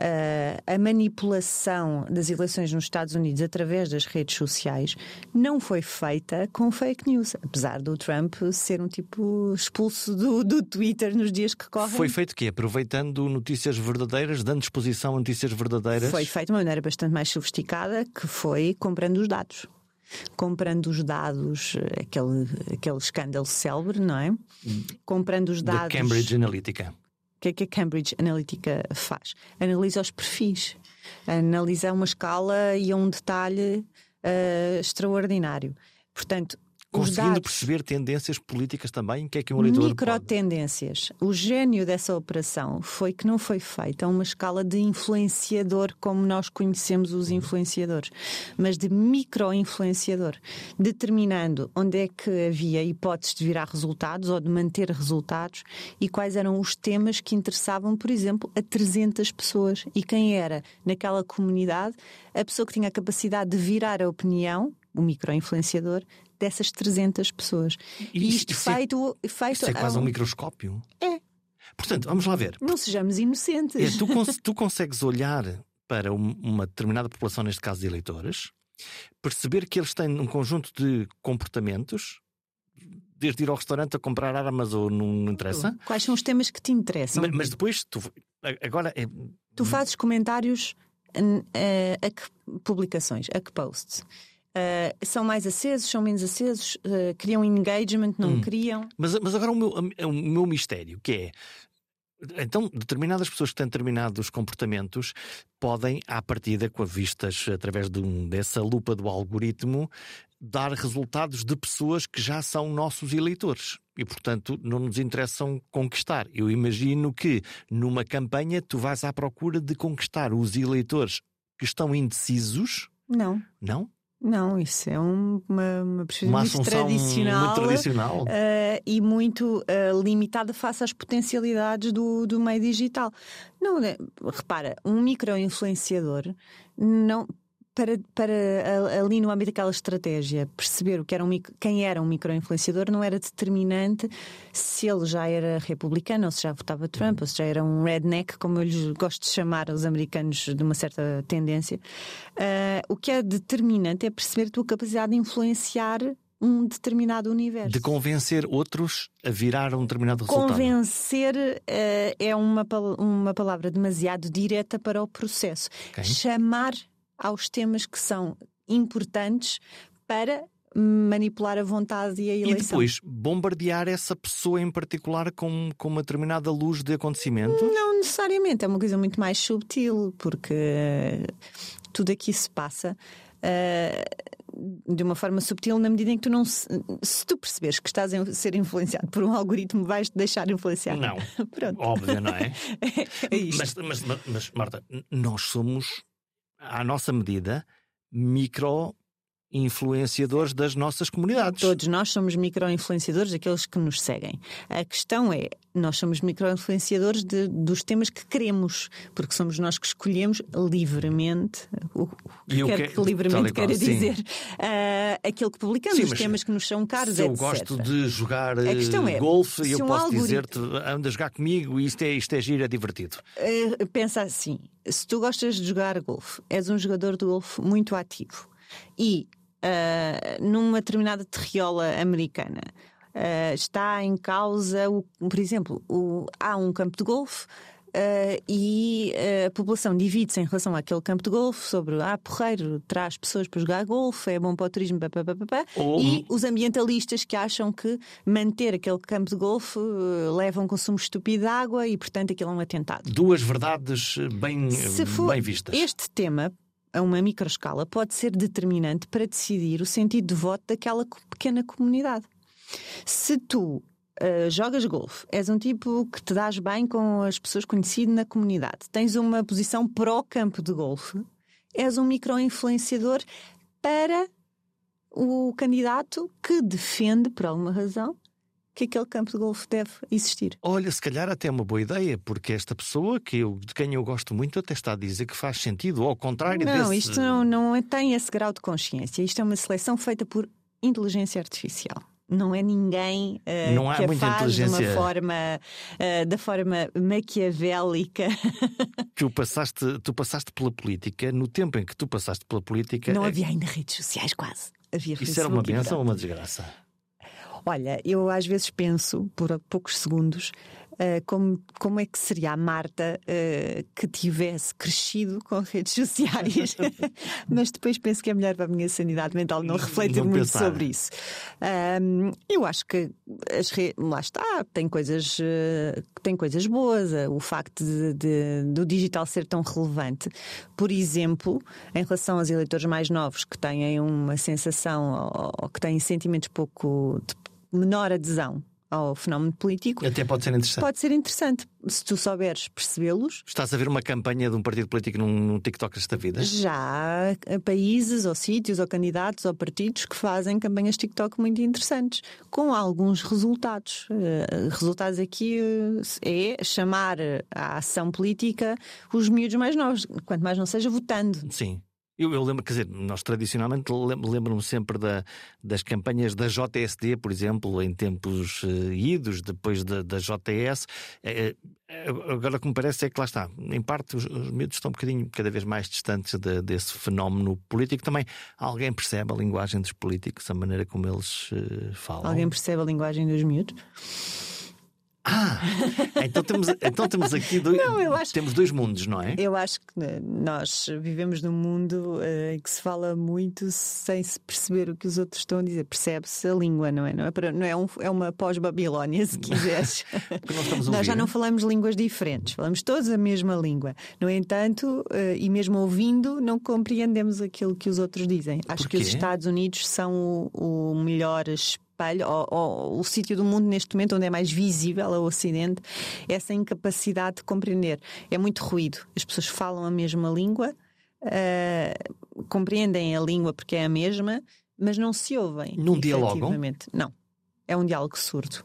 B: uh, a manipulação das eleições nos Estados Unidos através das redes sociais não foi feita com fake news, apesar do Trump ser um tipo expulso do, do Twitter nos dias que correm.
A: Foi feito o quê? Aproveitando notícias verdadeiras, dando exposição a notícias verdadeiras?
B: Foi feito de uma maneira bastante mais sofisticada, que foi comprando os dados. Comprando os dados, aquele, aquele escândalo célebre, não é? Comprando os dados.
A: Da Cambridge Analytica.
B: O que é que a Cambridge Analytica faz? Analisa os perfis, analisa uma escala e um detalhe uh, extraordinário. Portanto,
A: conseguindo
B: dados,
A: perceber tendências políticas também, o que é que um eleitor
B: microtendências. O gênio dessa operação foi que não foi feita a uma escala de influenciador como nós conhecemos os influenciadores, mas de micro-influenciador, determinando onde é que havia hipóteses de virar resultados ou de manter resultados e quais eram os temas que interessavam, por exemplo, a trezentas pessoas, e quem era naquela comunidade a pessoa que tinha a capacidade de virar a opinião, o micro-influenciador, dessas trezentas pessoas. E isto, isto feito,
A: é,
B: feito
A: isto é quase
B: um...
A: um microscópio.
B: É.
A: Portanto, vamos lá ver.
B: Não sejamos inocentes.
A: É, tu, cons- tu consegues olhar para um, uma determinada população, neste caso de eleitores, perceber que eles têm um conjunto de comportamentos, desde ir ao restaurante a comprar armas ou não, não interessa.
B: Quais são os temas que te interessam?
A: Mas, mas depois, tu, agora é...
B: tu fazes comentários a, a, a que publicações, a que posts? Uh, são mais acesos, são menos acesos, uh, criam engagement, não hum. criam.
A: Mas, mas agora o meu, o meu mistério, que é, então, determinadas pessoas que têm determinados comportamentos podem, à partida, com vistas através de um, dessa lupa do algoritmo, dar resultados de pessoas que já são nossos eleitores e, portanto, não nos interessam conquistar. Eu imagino que numa campanha tu vais à procura de conquistar os eleitores que estão indecisos.
B: Não.
A: Não?
B: Não, isso é um, uma, uma
A: uma
B: muito tradicional,
A: muito tradicional.
B: Uh, e muito uh, limitada face às potencialidades do, do meio digital. Não, né? Repara, um micro-influenciador não... Para, para ali no âmbito daquela estratégia, perceber o que era um, quem era um micro-influenciador não era determinante se ele já era republicano, ou se já votava Trump, ou se já era um redneck, como eu lhes gosto de chamar aos americanos de uma certa tendência. Uh, o que é determinante é perceber a tua capacidade de influenciar um determinado universo.
A: De convencer outros a virar um determinado resultado.
B: Convencer uh, é uma, uma palavra demasiado direta para o processo.
A: Okay.
B: Chamar aos temas que são importantes para manipular a vontade e a eleição.
A: E depois bombardear essa pessoa em particular com, com uma determinada luz de acontecimento?
B: Não necessariamente, é uma coisa muito mais subtil, porque tudo aqui se passa uh, de uma forma subtil na medida em que tu não... Se, se tu perceberes que estás a ser influenciado por um algoritmo, vais-te deixar influenciar.
A: Não,
B: Pronto.
A: Óbvio, não é?
B: é, é isto.
A: Mas, mas, mas, mas, Marta, nós somos... à nossa medida, micro-influenciadores das nossas comunidades.
B: Todos nós somos micro-influenciadores daqueles que nos seguem. A questão é, nós somos micro-influenciadores de, dos temas que queremos, porque somos nós que escolhemos livremente, o, o que quer que, que livremente queira dizer, uh, aquilo que publicamos, sim, os temas que nos são caros,
A: se eu
B: etcétera.
A: Gosto de jogar
B: é,
A: golfe e eu
B: um
A: posso
B: algoritmo...
A: dizer-te, anda a jogar comigo e isto é, isto é giro, é divertido.
B: Uh, pensa assim, se tu gostas de jogar golfe, és um jogador de golfe muito ativo e uh, numa determinada terriola americana uh, está em causa, o, por exemplo, o, há um campo de golfe Uh, e uh, a população divide-se em relação àquele campo de golfe sobre ah, porreiro, traz pessoas para jogar golfe, é bom para o turismo, pá, pá, pá, pá,
A: oh.
B: E os ambientalistas que acham que manter aquele campo de golfe uh, leva a um consumo estúpido de água e, portanto, aquilo é um atentado.
A: Duas verdades bem,
B: Se for
A: bem vistas.
B: Este tema, a uma microescala, pode ser determinante para decidir o sentido de voto daquela pequena comunidade. Se tu Uh, jogas golfe, és um tipo que te dás bem com as pessoas conhecidas na comunidade, tens uma posição pró-campo de golfe, és um micro-influenciador para o candidato que defende, por alguma razão, que aquele campo de golfe deve existir.
A: Olha, se calhar até é uma boa ideia, porque esta pessoa, que eu, de quem eu gosto muito, até está a dizer que faz sentido, ou ao contrário
B: não,
A: desse...
B: isto não, não tem esse grau de consciência. Isto é uma seleção feita por inteligência artificial. Não é ninguém uh,
A: não há
B: que a
A: muita
B: faz
A: inteligência...
B: de uma forma, uh, da forma maquiavélica.
A: Tu passaste, tu passaste pela política, no tempo em que tu passaste pela política...
B: Não
A: é...
B: havia ainda redes sociais, quase. Havia
A: Isso
B: Facebook,
A: era uma bênção ou
B: pronto.
A: uma desgraça?
B: Olha, eu às vezes penso, por poucos segundos, uh, como, como é que seria a Marta uh, que tivesse crescido com redes sociais. Mas depois penso que é melhor para a minha sanidade mental não refletir
A: não
B: muito
A: pensar.
B: sobre isso. Um, eu acho que as redes, lá está, tem coisas, uh, tem coisas boas. Uh, o facto de, de, do digital ser tão relevante. Por exemplo, em relação aos eleitores mais novos que têm uma sensação ou, ou que têm sentimentos pouco de menor adesão ao fenómeno político,
A: Até pode ser interessante.
B: pode ser interessante se tu souberes percebê-los.
A: Estás a ver uma campanha de um partido político num, num TikTok desta vida?
B: Já há países ou sítios ou candidatos ou partidos que fazem campanhas TikTok muito interessantes, com alguns resultados. Uh, resultados aqui uh, é chamar à ação política os miúdos mais novos, quanto mais não seja votando.
A: Sim. Eu, eu lembro, quer dizer, nós tradicionalmente lembro-me sempre da, das campanhas da J S D, por exemplo, em tempos uh, idos, depois da, da J S. É, é, agora o que me parece é que lá está, em parte os, os miúdos estão um bocadinho cada vez mais distantes de, desse fenómeno político. Também alguém percebe a linguagem dos políticos, a maneira como eles uh, falam.
B: Alguém percebe a linguagem dos miúdos?
A: Ah, então temos, então temos aqui dois,
B: Não, eu acho-
A: temos dois mundos, não é?
B: Eu acho que nós vivemos num mundo uh, em que se fala muito sem se perceber o que os outros estão a dizer. Percebe-se a língua, não é? Não é, para, não é, um, é uma pós-Babilónia, se quiseres.
A: Porque nós estamos a
B: Nós já
A: ouvir.
B: não falamos línguas diferentes, falamos todos a mesma língua. No entanto, uh, e mesmo ouvindo, não compreendemos aquilo que os outros dizem. Acho
A: Porquê?
B: que os Estados Unidos são o, o melhor espelho, ou, ou o sítio do mundo neste momento onde é mais visível ao Ocidente essa incapacidade de compreender. É muito ruído. As pessoas falam a mesma língua, uh, compreendem a língua porque é a mesma, mas não se ouvem.
A: Não dialogam?
B: efetivamente. Não. É um diálogo surdo.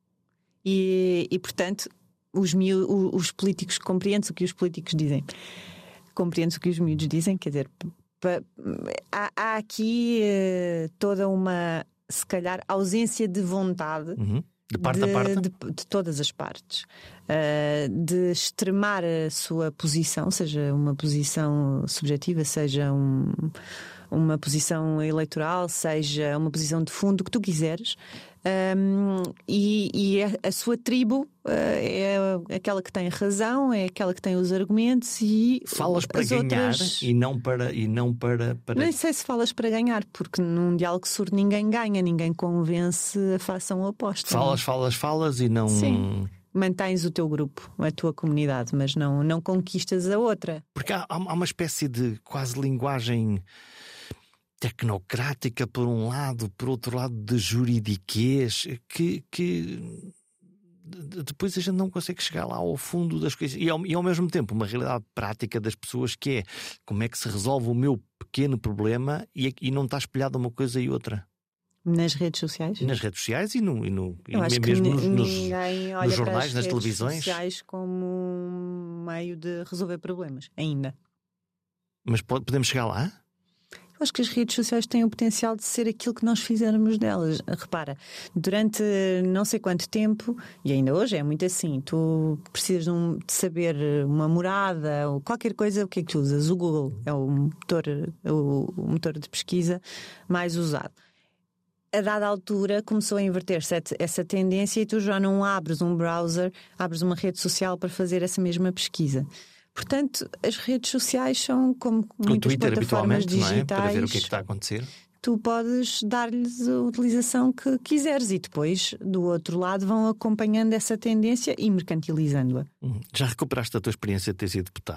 B: E, e portanto, os, miú- os políticos compreendem o que os políticos dizem. Compreendem o que os miúdos dizem, quer dizer, pa- há, há aqui uh, toda uma, se calhar, ausência de vontade.
A: Uhum. De parte
B: de,
A: a parte?
B: de, de todas as partes, uh, de extremar a sua posição, seja uma posição subjetiva, seja um, uma posição eleitoral, seja uma posição de fundo, o que tu quiseres, um, e, e a, a sua tribo uh, é aquela que tem razão, é aquela que tem os argumentos e
A: Falas para
B: as
A: ganhar
B: outras...
A: e não para, e não para, para...
B: Nem sei se falas para ganhar, porque num diálogo surdo ninguém ganha, ninguém convence a fação oposta.
A: Falas, falas, falas e não...
B: Sim. Mantens o teu grupo, a tua comunidade, mas não, não conquistas a outra.
A: Porque há, há uma espécie de quase linguagem tecnocrática por um lado, por outro lado de juridiquês, que, que depois a gente não consegue chegar lá ao fundo das coisas. E ao, e ao mesmo tempo uma realidade prática das pessoas, que é como é que se resolve o meu pequeno problema e, e não está espelhado uma coisa e outra.
B: Nas redes sociais?
A: Nas redes sociais e, no, e, no,
B: Eu
A: e
B: acho que
A: mesmo
B: ni-
A: nos, nos,
B: ninguém olha
A: nos
B: para
A: jornais,
B: as
A: nas
B: redes
A: televisões.
B: sociais como um meio de resolver problemas, ainda.
A: Mas pode- podemos chegar lá?
B: Eu acho que as redes sociais têm o potencial de ser aquilo que nós fizermos delas. Repara, durante não sei quanto tempo, e ainda hoje é muito assim, tu precisas de, um- de saber uma morada ou qualquer coisa, o que é que tu usas? O Google é o motor, o, o motor de pesquisa mais usado. A dada altura começou a inverter-se essa tendência e tu já não abres um browser, abres uma rede social para fazer essa mesma pesquisa. Portanto, as redes sociais são como
A: O
B: muitas
A: Twitter
B: plataformas
A: habitualmente, não é?
B: digitais.
A: Para ver o que é que está a acontecer.
B: Tu podes dar-lhes a utilização que quiseres e depois, do outro lado, vão acompanhando essa tendência e mercantilizando-a.
A: Hum. Já recuperaste a tua experiência de ter sido deputada?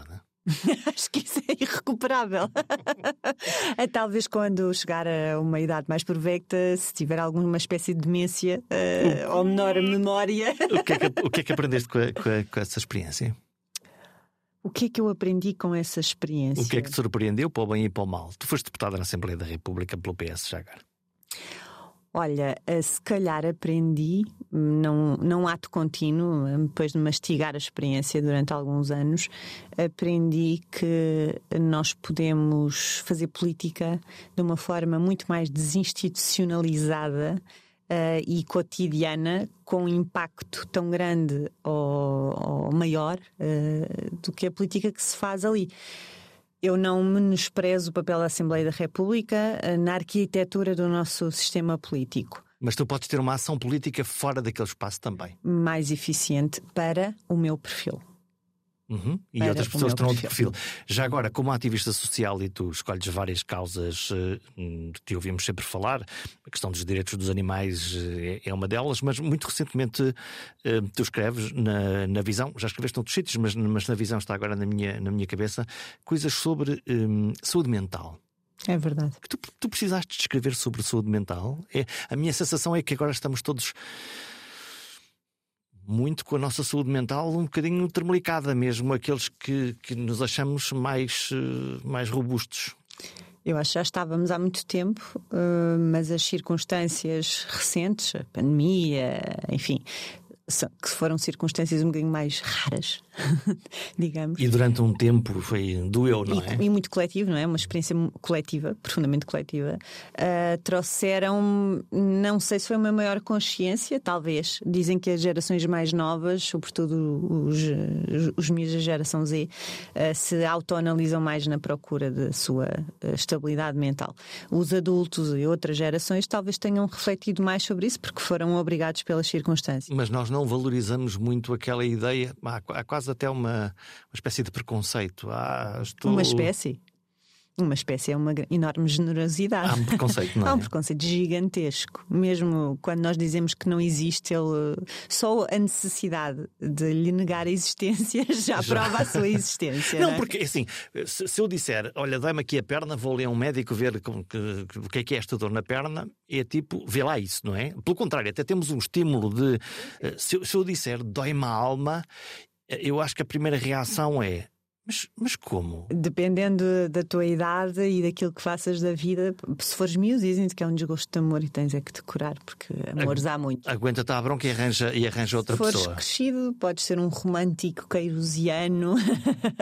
B: Acho que isso é irrecuperável. Talvez quando chegar a uma idade mais provecta, se tiver alguma espécie de demência uh, ou menor memória.
A: O que é que, o que, é que aprendeste com, a, com, a, com essa experiência?
B: O que é que eu aprendi com essa experiência?
A: O que é que te surpreendeu para o bem e para o mal? Tu foste deputada na Assembleia da República pelo P S já agora.
B: Olha, se calhar aprendi, não, não ato contínuo, depois de mastigar a experiência durante alguns anos, aprendi que nós podemos fazer política de uma forma muito mais desinstitucionalizada uh, e cotidiana, com um impacto tão grande ou, ou maior uh, do que a política que se faz ali. Eu não menosprezo o papel da Assembleia da República na arquitetura do nosso sistema político.
A: Mas tu podes ter uma ação política fora daquele espaço também.
B: Mais eficiente para o meu perfil.
A: Uhum. E outras pessoas terão outro perfil. Já agora, como ativista social, e tu escolhes várias causas uh, que te ouvimos sempre falar, a questão dos direitos dos animais uh, é, é uma delas, mas muito recentemente uh, tu escreves na, na Visão, já escreveste noutros sítios, mas, mas na Visão está agora na minha, na minha cabeça, coisas sobre um, saúde mental.
B: É verdade.
A: Tu, tu precisaste de escrever sobre saúde mental? É, a minha sensação é que agora estamos todos muito com a nossa saúde mental um bocadinho termelicada, mesmo aqueles que, que nos achamos mais, mais robustos.
B: Eu acho que já estávamos há muito tempo, mas as circunstâncias recentes, a pandemia, enfim, que foram circunstâncias um bocadinho mais raras, digamos.
A: E durante um tempo foi doeu, não é?
B: E, e muito coletivo, não é? Uma experiência coletiva, profundamente coletiva. Uh, trouxeram, não sei se foi uma maior consciência, talvez. Dizem que as gerações mais novas, sobretudo os, os miúdos da geração Z, uh, se autoanalisam mais na procura da sua estabilidade mental. Os adultos e outras gerações talvez tenham refletido mais sobre isso porque foram obrigados pelas circunstâncias.
A: Mas nós não valorizamos muito aquela ideia, há, há quase até uma, uma espécie de preconceito. Ah, estou...
B: Uma espécie? Uma espécie é uma enorme generosidade.
A: Há um preconceito, não é?
B: Há um preconceito gigantesco. Mesmo quando nós dizemos que não existe, ele... só a necessidade de lhe negar a existência já, já. prova a sua existência.
A: Não,
B: não é?
A: Porque assim, se, se eu disser, olha, dá-me aqui a perna, vou ali a um médico ver com, que, que, o que é que é esta dor na perna, é tipo, vê lá isso, não é? Pelo contrário, até temos um estímulo de. Se eu, se eu disser, dói-me a alma, eu acho que a primeira reação é. Mas, mas como?
B: Dependendo da tua idade e daquilo que faças da vida, se fores miúdo, dizem-te que é um desgosto de amor e tens é que te curar, porque amores há muito.
A: Aguenta-te à bronca e arranja, e arranja outra
B: pessoa. Se
A: pessoa.
B: fores crescido, podes ser um romântico queirosiano, uh,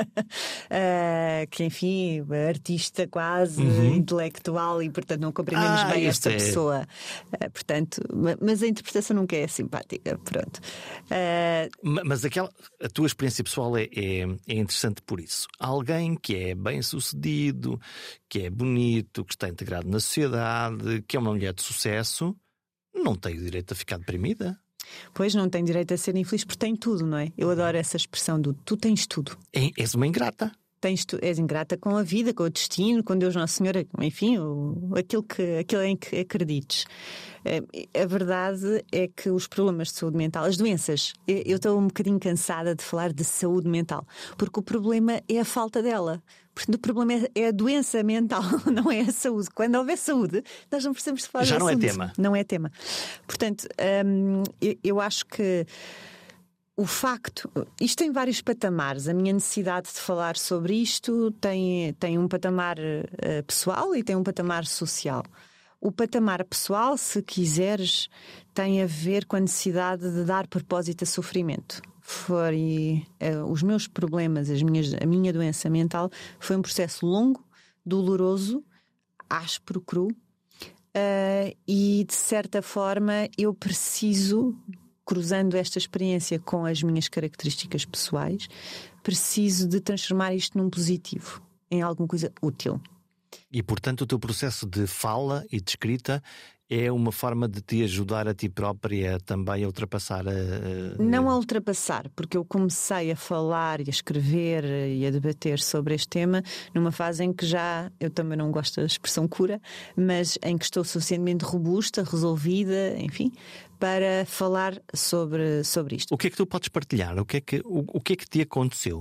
B: que enfim, artista quase, uhum. intelectual, e portanto não compreendemos ah, bem esta é... pessoa. Uh, portanto, mas a interpretação nunca é simpática. Pronto.
A: Uh... Mas aquela, a tua experiência pessoal é, é, é interessante por isso. Alguém que é bem sucedido, que é bonito, que está integrado na sociedade, que é uma mulher de sucesso, não tem o direito a ficar deprimida?
B: Pois, não tem direito a ser infeliz porque tem tudo, não é? Eu adoro essa expressão do tu tens tudo.
A: É, és uma ingrata.
B: Tens tu, és ingrata com a vida, com o destino, com Deus Nosso Senhor, enfim, o, aquilo, que, aquilo em que acredites. A verdade é que os problemas de saúde mental, as doenças, eu estou um bocadinho cansada de falar de saúde mental, porque o problema é a falta dela. Portanto, o problema é a doença mental, não é a saúde. Quando houver saúde, nós não precisamos de falar de
A: Já não
B: assunto.
A: é tema.
B: Não é tema. Portanto, hum, eu, eu acho que o facto, isto tem vários patamares. A minha necessidade de falar sobre isto tem, tem um patamar uh, pessoal e tem um patamar social. O patamar pessoal, se quiseres, tem a ver com a necessidade de dar propósito a sofrimento. Foi, uh, os meus problemas, as minhas, a minha doença mental foi um processo longo, doloroso, áspero, cru, uh, e de certa forma eu preciso, cruzando esta experiência com as minhas características pessoais, preciso de transformar isto num positivo, em alguma coisa útil.
A: E, portanto, o teu processo de fala e de escrita é uma forma de te ajudar a ti própria também a ultrapassar a...
B: Não a ultrapassar, porque eu comecei a falar e a escrever e a debater sobre este tema numa fase em que já, eu também não gosto da expressão cura, mas em que estou suficientemente robusta, resolvida, enfim, para falar sobre, sobre isto.
A: O que é que tu podes partilhar? O que é que, o, o que é que te aconteceu?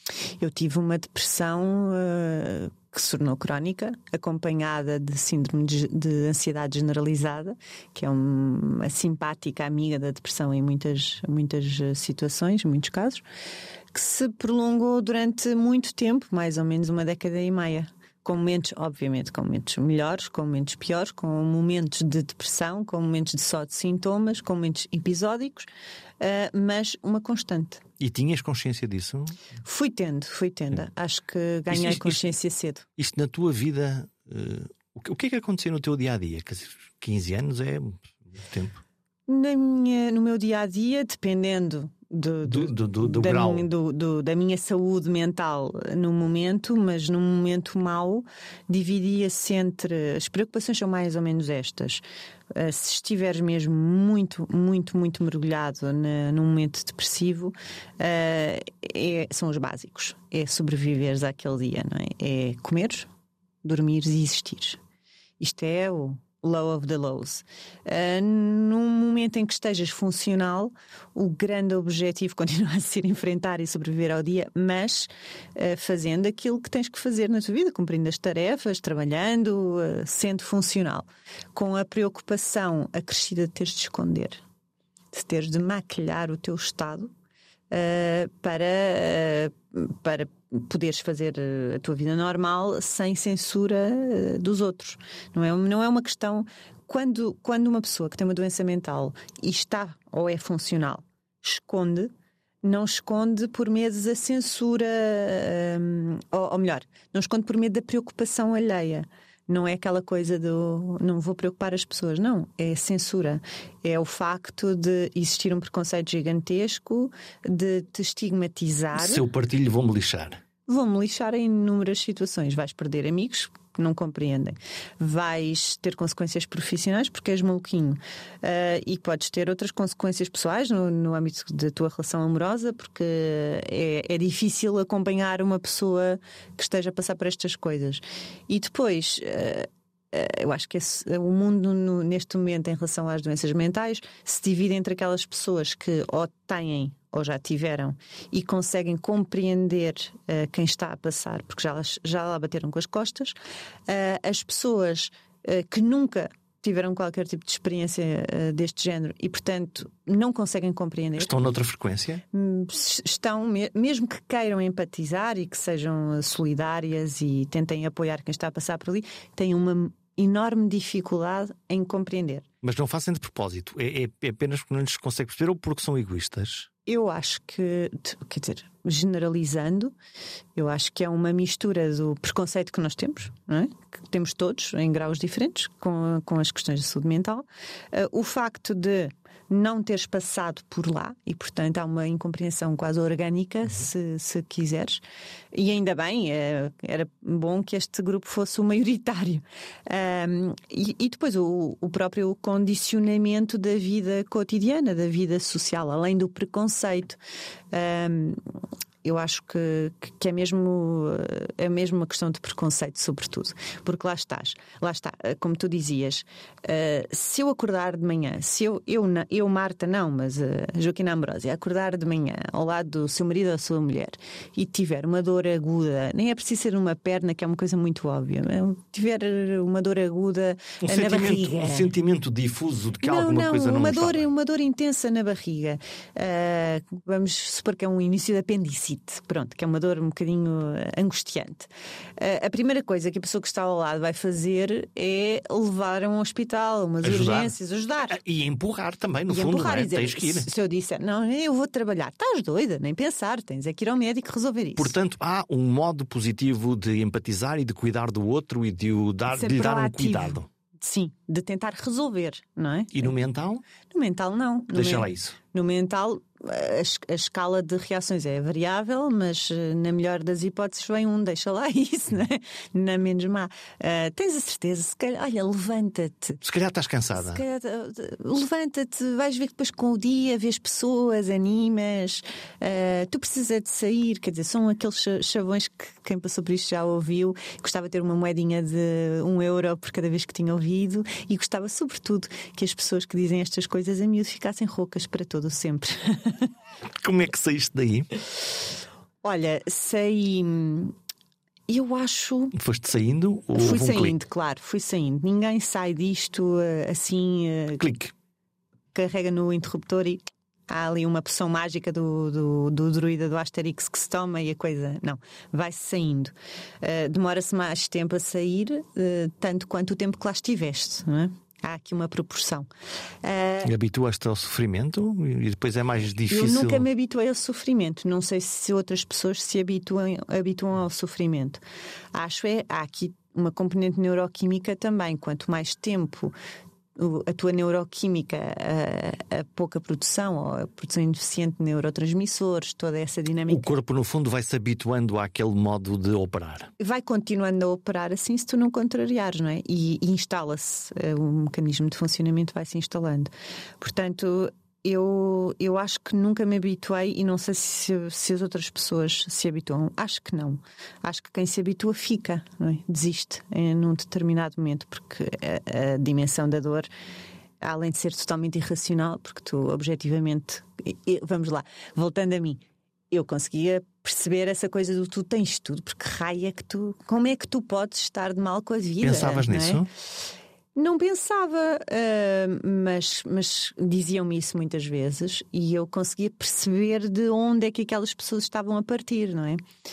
B: Eu tive uma depressão uh, que se tornou crónica, acompanhada de síndrome de, de ansiedade generalizada, que é um, uma simpática amiga da depressão em muitas, muitas situações, em muitos casos, que se prolongou durante muito tempo, mais ou menos uma década e meia. Com momentos, obviamente, com momentos melhores, com momentos piores, com momentos de depressão, com momentos de só de sintomas, com momentos episódicos, uh, mas uma constante.
A: E tinhas consciência disso?
B: Fui tendo, fui tendo. Sim. Acho que ganhei isto, isto, consciência
A: isto,
B: cedo.
A: Isto na tua vida, uh, o, que, o que é que aconteceu no teu dia-a-dia? quinze anos é muito tempo.
B: Na minha, no meu dia-a-dia, dependendo... Do, do, do, do, do da, grau. Minha, do, do, da minha saúde mental no momento, mas num momento mau, dividia-se entre. As preocupações são mais ou menos estas. Uh, se estiveres mesmo muito, muito, muito mergulhado na, num momento depressivo, uh, é, são os básicos. É sobreviveres àquele dia, não é? É comeres, dormires e existires. Isto é o low of the lows. Uh, num momento em que estejas funcional, o grande objetivo continua a ser enfrentar e sobreviver ao dia, mas uh, fazendo aquilo que tens que fazer na tua vida, cumprindo as tarefas, trabalhando, uh, sendo funcional, com a preocupação acrescida de teres de esconder, de teres de maquilhar o teu estado uh, para, uh, para poderes fazer a tua vida normal sem censura dos outros. Não é, não é uma questão... Quando, quando uma pessoa que tem uma doença mental e está ou é funcional, esconde, não esconde por medo da censura, um, ou, ou melhor, não esconde por medo da preocupação alheia. Não é aquela coisa do não vou preocupar as pessoas, não, é censura. É o facto de existir um preconceito gigantesco, de te estigmatizar.
A: Se eu partilho, vou-me lixar.
B: Vão-me lixar em inúmeras situações. Vais perder amigos que não compreendem. Vais ter consequências profissionais porque és maluquinho. Uh, e podes ter outras consequências pessoais no, no âmbito da tua relação amorosa, porque é, é difícil acompanhar uma pessoa que esteja a passar por estas coisas. E depois... Uh, eu acho que esse, o mundo no, neste momento em relação às doenças mentais se divide entre aquelas pessoas que ou têm ou já tiveram e conseguem compreender uh, quem está a passar porque já, já lá bateram com as costas, uh, as pessoas uh, que nunca tiveram qualquer tipo de experiência uh, deste género e portanto não conseguem compreender.
A: Estão noutra frequência?
B: Estão, mesmo que queiram empatizar e que sejam solidárias e tentem apoiar quem está a passar por ali, têm uma enorme dificuldade em compreender.
A: Mas não fazem de propósito? É, é, é apenas porque não lhes consegue perceber ou porque são egoístas?
B: Eu acho que, quer dizer, generalizando, eu acho que é uma mistura do preconceito que nós temos, não é? Que temos todos em graus diferentes com, com as questões de saúde mental, uh, o facto de não teres passado por lá e, portanto, há uma incompreensão quase orgânica, uhum. se, se quiseres. E ainda bem, é, era bom que este grupo fosse o maioritário. Um, e, e depois o, o próprio condicionamento da vida cotidiana, da vida social, além do preconceito. Um, eu acho que, que é mesmo é mesmo uma questão de preconceito, sobretudo, porque lá estás, lá está, como tu dizias, uh, se eu acordar de manhã, se eu, eu, eu Marta não, mas uh, Joaquina Ambrósia, acordar de manhã ao lado do seu marido ou da sua mulher e tiver uma dor aguda, nem é preciso ser uma perna, que é uma coisa muito óbvia, mas tiver uma dor aguda
A: um
B: na
A: sentimento,
B: barriga,
A: um sentimento difuso de que
B: não,
A: alguma
B: não,
A: coisa não
B: uma
A: está
B: dor,
A: bem.
B: uma dor intensa na barriga, uh, vamos supor que é um início de apendicite. Pronto, que é uma dor um bocadinho angustiante. Uh, a primeira coisa que a pessoa que está ao lado vai fazer é levar a um hospital, umas
A: ajudar.
B: urgências, ajudar.
A: E empurrar também, no
B: e
A: fundo,
B: empurrar,
A: não é?
B: E dizer,
A: Tens que ir.
B: Se eu disser, não, eu vou trabalhar, estás doida, nem pensar, tens é que ir ao médico resolver isso.
A: Portanto, há um modo positivo de empatizar e de cuidar do outro e de, o dar, de, de lhe dar um cuidado.
B: Sim, de tentar resolver, não é?
A: E no mental?
B: No mental, não. No
A: Deixa
B: men-
A: lá isso.
B: No mental, a, a escala de reações é variável, mas na melhor das hipóteses vem um, deixa lá isso, né? Na menos má. Uh, tens a certeza, se calhar, olha, levanta-te.
A: Se calhar estás cansada.
B: Se calhar, levanta-te, vais ver que depois com o dia vês pessoas, animas, uh, tu precisas de sair, quer dizer, são aqueles chavões que quem passou por isto já ouviu. Gostava de ter uma moedinha de um euro por cada vez que tinha ouvido e gostava sobretudo que as pessoas que dizem estas coisas a miúdo ficassem roucas para todo o sempre.
A: Como é que saíste daí?
B: Olha, saí. Eu acho.
A: Foste saindo? Ou
B: fui
A: um
B: saindo,
A: clique?
B: claro, fui saindo. Ninguém sai disto assim.
A: Clique.
B: Carrega no interruptor e há ali uma poção mágica do, do, do druida do Asterix que se toma e a coisa. Não, vai-se saindo. Uh, demora-se mais tempo a sair, uh, tanto quanto o tempo que lá estiveste, não é? Há aqui uma proporção. Uh,
A: Habituaste ao sofrimento e depois é mais difícil.
B: Eu nunca me habituei ao sofrimento. Não sei se outras pessoas se habituam, habituam ao sofrimento. Acho é há aqui uma componente neuroquímica também. Quanto mais tempo a tua neuroquímica, a, a pouca produção ou a produção ineficiente de neurotransmissores, toda essa dinâmica.
A: O corpo, no fundo, vai se habituando àquele modo de operar.
B: Vai continuando a operar assim se tu não contrariares, não é? E, e instala-se, o mecanismo de funcionamento vai se instalando. Portanto, eu, eu acho que nunca me habituei e não sei se, se as outras pessoas se habituam. Acho que não. Acho que quem se habitua fica, não é? Desiste em num determinado momento, porque a, a dimensão da dor, além de ser totalmente irracional, porque tu objetivamente, vamos lá, voltando a mim, eu conseguia perceber essa coisa do tu tens tudo, porque raio é que tu, como é que tu podes estar de mal com a vida?
A: Pensavas
B: não é?
A: nisso?
B: Não pensava, uh, mas, mas diziam-me isso muitas vezes e eu conseguia perceber de onde é que aquelas pessoas estavam a partir, não é?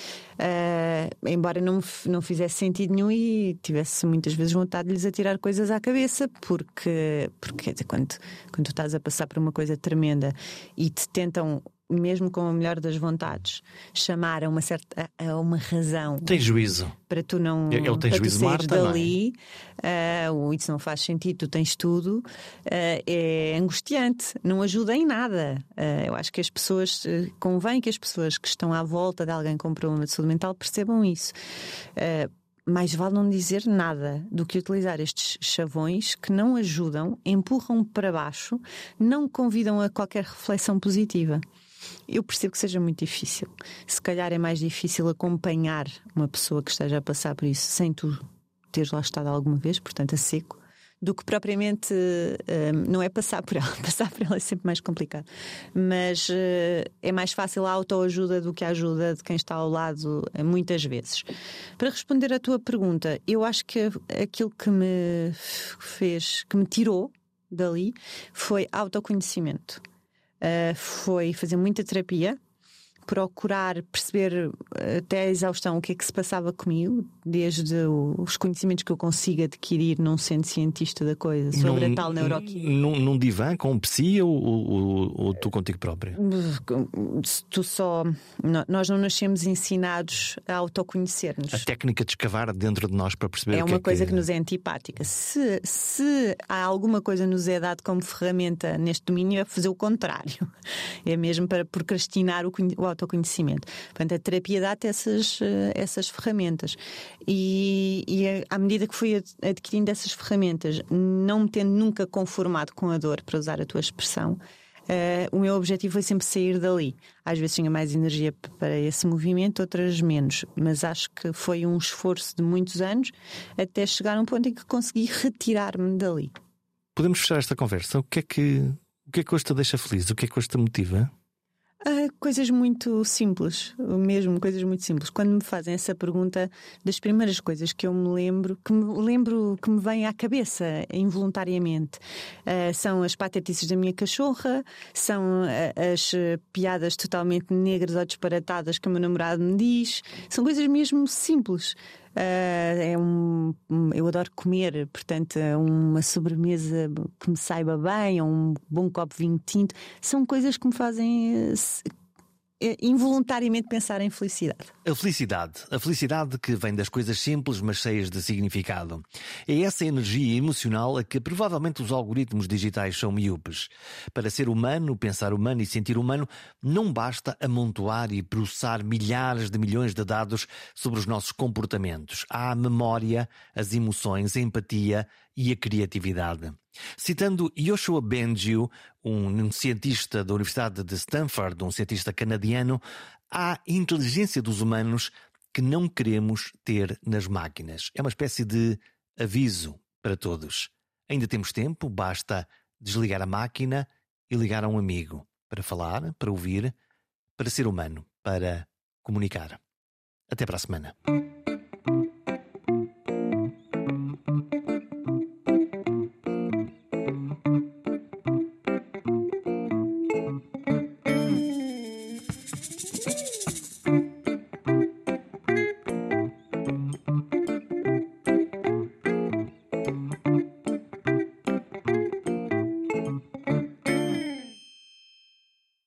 B: Uh, embora não, não fizesse sentido nenhum e tivesse muitas vezes vontade de lhes atirar coisas à cabeça, porque, porque quando, quando tu estás a passar por uma coisa tremenda e te tentam, mesmo com a melhor das vontades, chamar a uma certa a uma razão.
A: Tem juízo.
B: Para tu não
A: Ele tem
B: para
A: juízo,
B: tu saíres
A: Marta,
B: dali, não é? uh, isso não faz sentido, tu tens tudo, uh, é angustiante, não ajuda em nada. Uh, eu acho que as pessoas, uh, convém que as pessoas que estão à volta de alguém com problema de saúde mental percebam isso. Uh, mais vale não dizer nada do que utilizar estes chavões que não ajudam, empurram para baixo, não convidam a qualquer reflexão positiva. Eu percebo que seja muito difícil. Se calhar é mais difícil acompanhar uma pessoa que esteja a passar por isso sem tu teres lá estado alguma vez, portanto a seco, do que propriamente uh, não é passar por ela. Passar por ela é sempre mais complicado. Mas uh, é mais fácil a autoajuda do que a ajuda de quem está ao lado, uh, muitas vezes. Para responder à tua pergunta, eu acho que aquilo que me fez, que me tirou dali foi autoconhecimento. Uh, foi fazer muita terapia, procurar perceber até a exaustão o que é que se passava comigo, desde os conhecimentos que eu consigo adquirir não sendo cientista da coisa, sobre
A: num,
B: a tal neuroquímica.
A: Num, num divã com um psi ou, ou, ou tu contigo própria?
B: Tu só. Nós não nascemos ensinados a autoconhecer-nos.
A: A técnica de escavar dentro de nós para perceber
B: é
A: o que é
B: uma coisa
A: que...
B: que nos é antipática. Se, se há alguma coisa nos é dado como ferramenta neste domínio, é fazer o contrário. É mesmo para procrastinar o, o autoconhecimento. Portanto, a terapia dá-te essas, essas ferramentas. E, e à medida que fui adquirindo essas ferramentas, não me tendo nunca conformado com a dor, para usar a tua expressão, uh, o meu objetivo foi sempre sair dali. Às vezes tinha mais energia para esse movimento, outras menos. Mas acho que foi um esforço de muitos anos até chegar a um ponto em que consegui retirar-me dali.
A: Podemos fechar esta conversa? O que é que, o que é que hoje te deixa feliz? O que é que hoje te motiva?
B: Uh, coisas muito simples, mesmo coisas muito simples. Quando me fazem essa pergunta, das primeiras coisas que eu me lembro, que me lembro que me vêm à cabeça involuntariamente, uh, são as patetices da minha cachorra, são uh, as uh, piadas totalmente negras ou disparatadas que o meu namorado me diz. São coisas mesmo simples. Uh, é um, eu adoro comer, portanto, uma sobremesa que me saiba bem, ou um bom copo de vinho tinto, são coisas que me fazem uh, involuntariamente pensar em felicidade.
A: A felicidade. A felicidade que vem das coisas simples, mas cheias de significado. É essa energia emocional a que provavelmente os algoritmos digitais são míopes. Para ser humano, pensar humano e sentir humano, não basta amontoar e processar milhares de milhões de dados sobre os nossos comportamentos. Há a memória, as emoções, a empatia e a criatividade. Citando Yoshua Bengio, um cientista da Universidade de Stanford, um cientista canadiano, há inteligência dos humanos que não queremos ter nas máquinas. É uma espécie de aviso para todos. Ainda temos tempo, basta desligar a máquina e ligar a um amigo para falar, para ouvir, para ser humano, para comunicar. Até para a semana.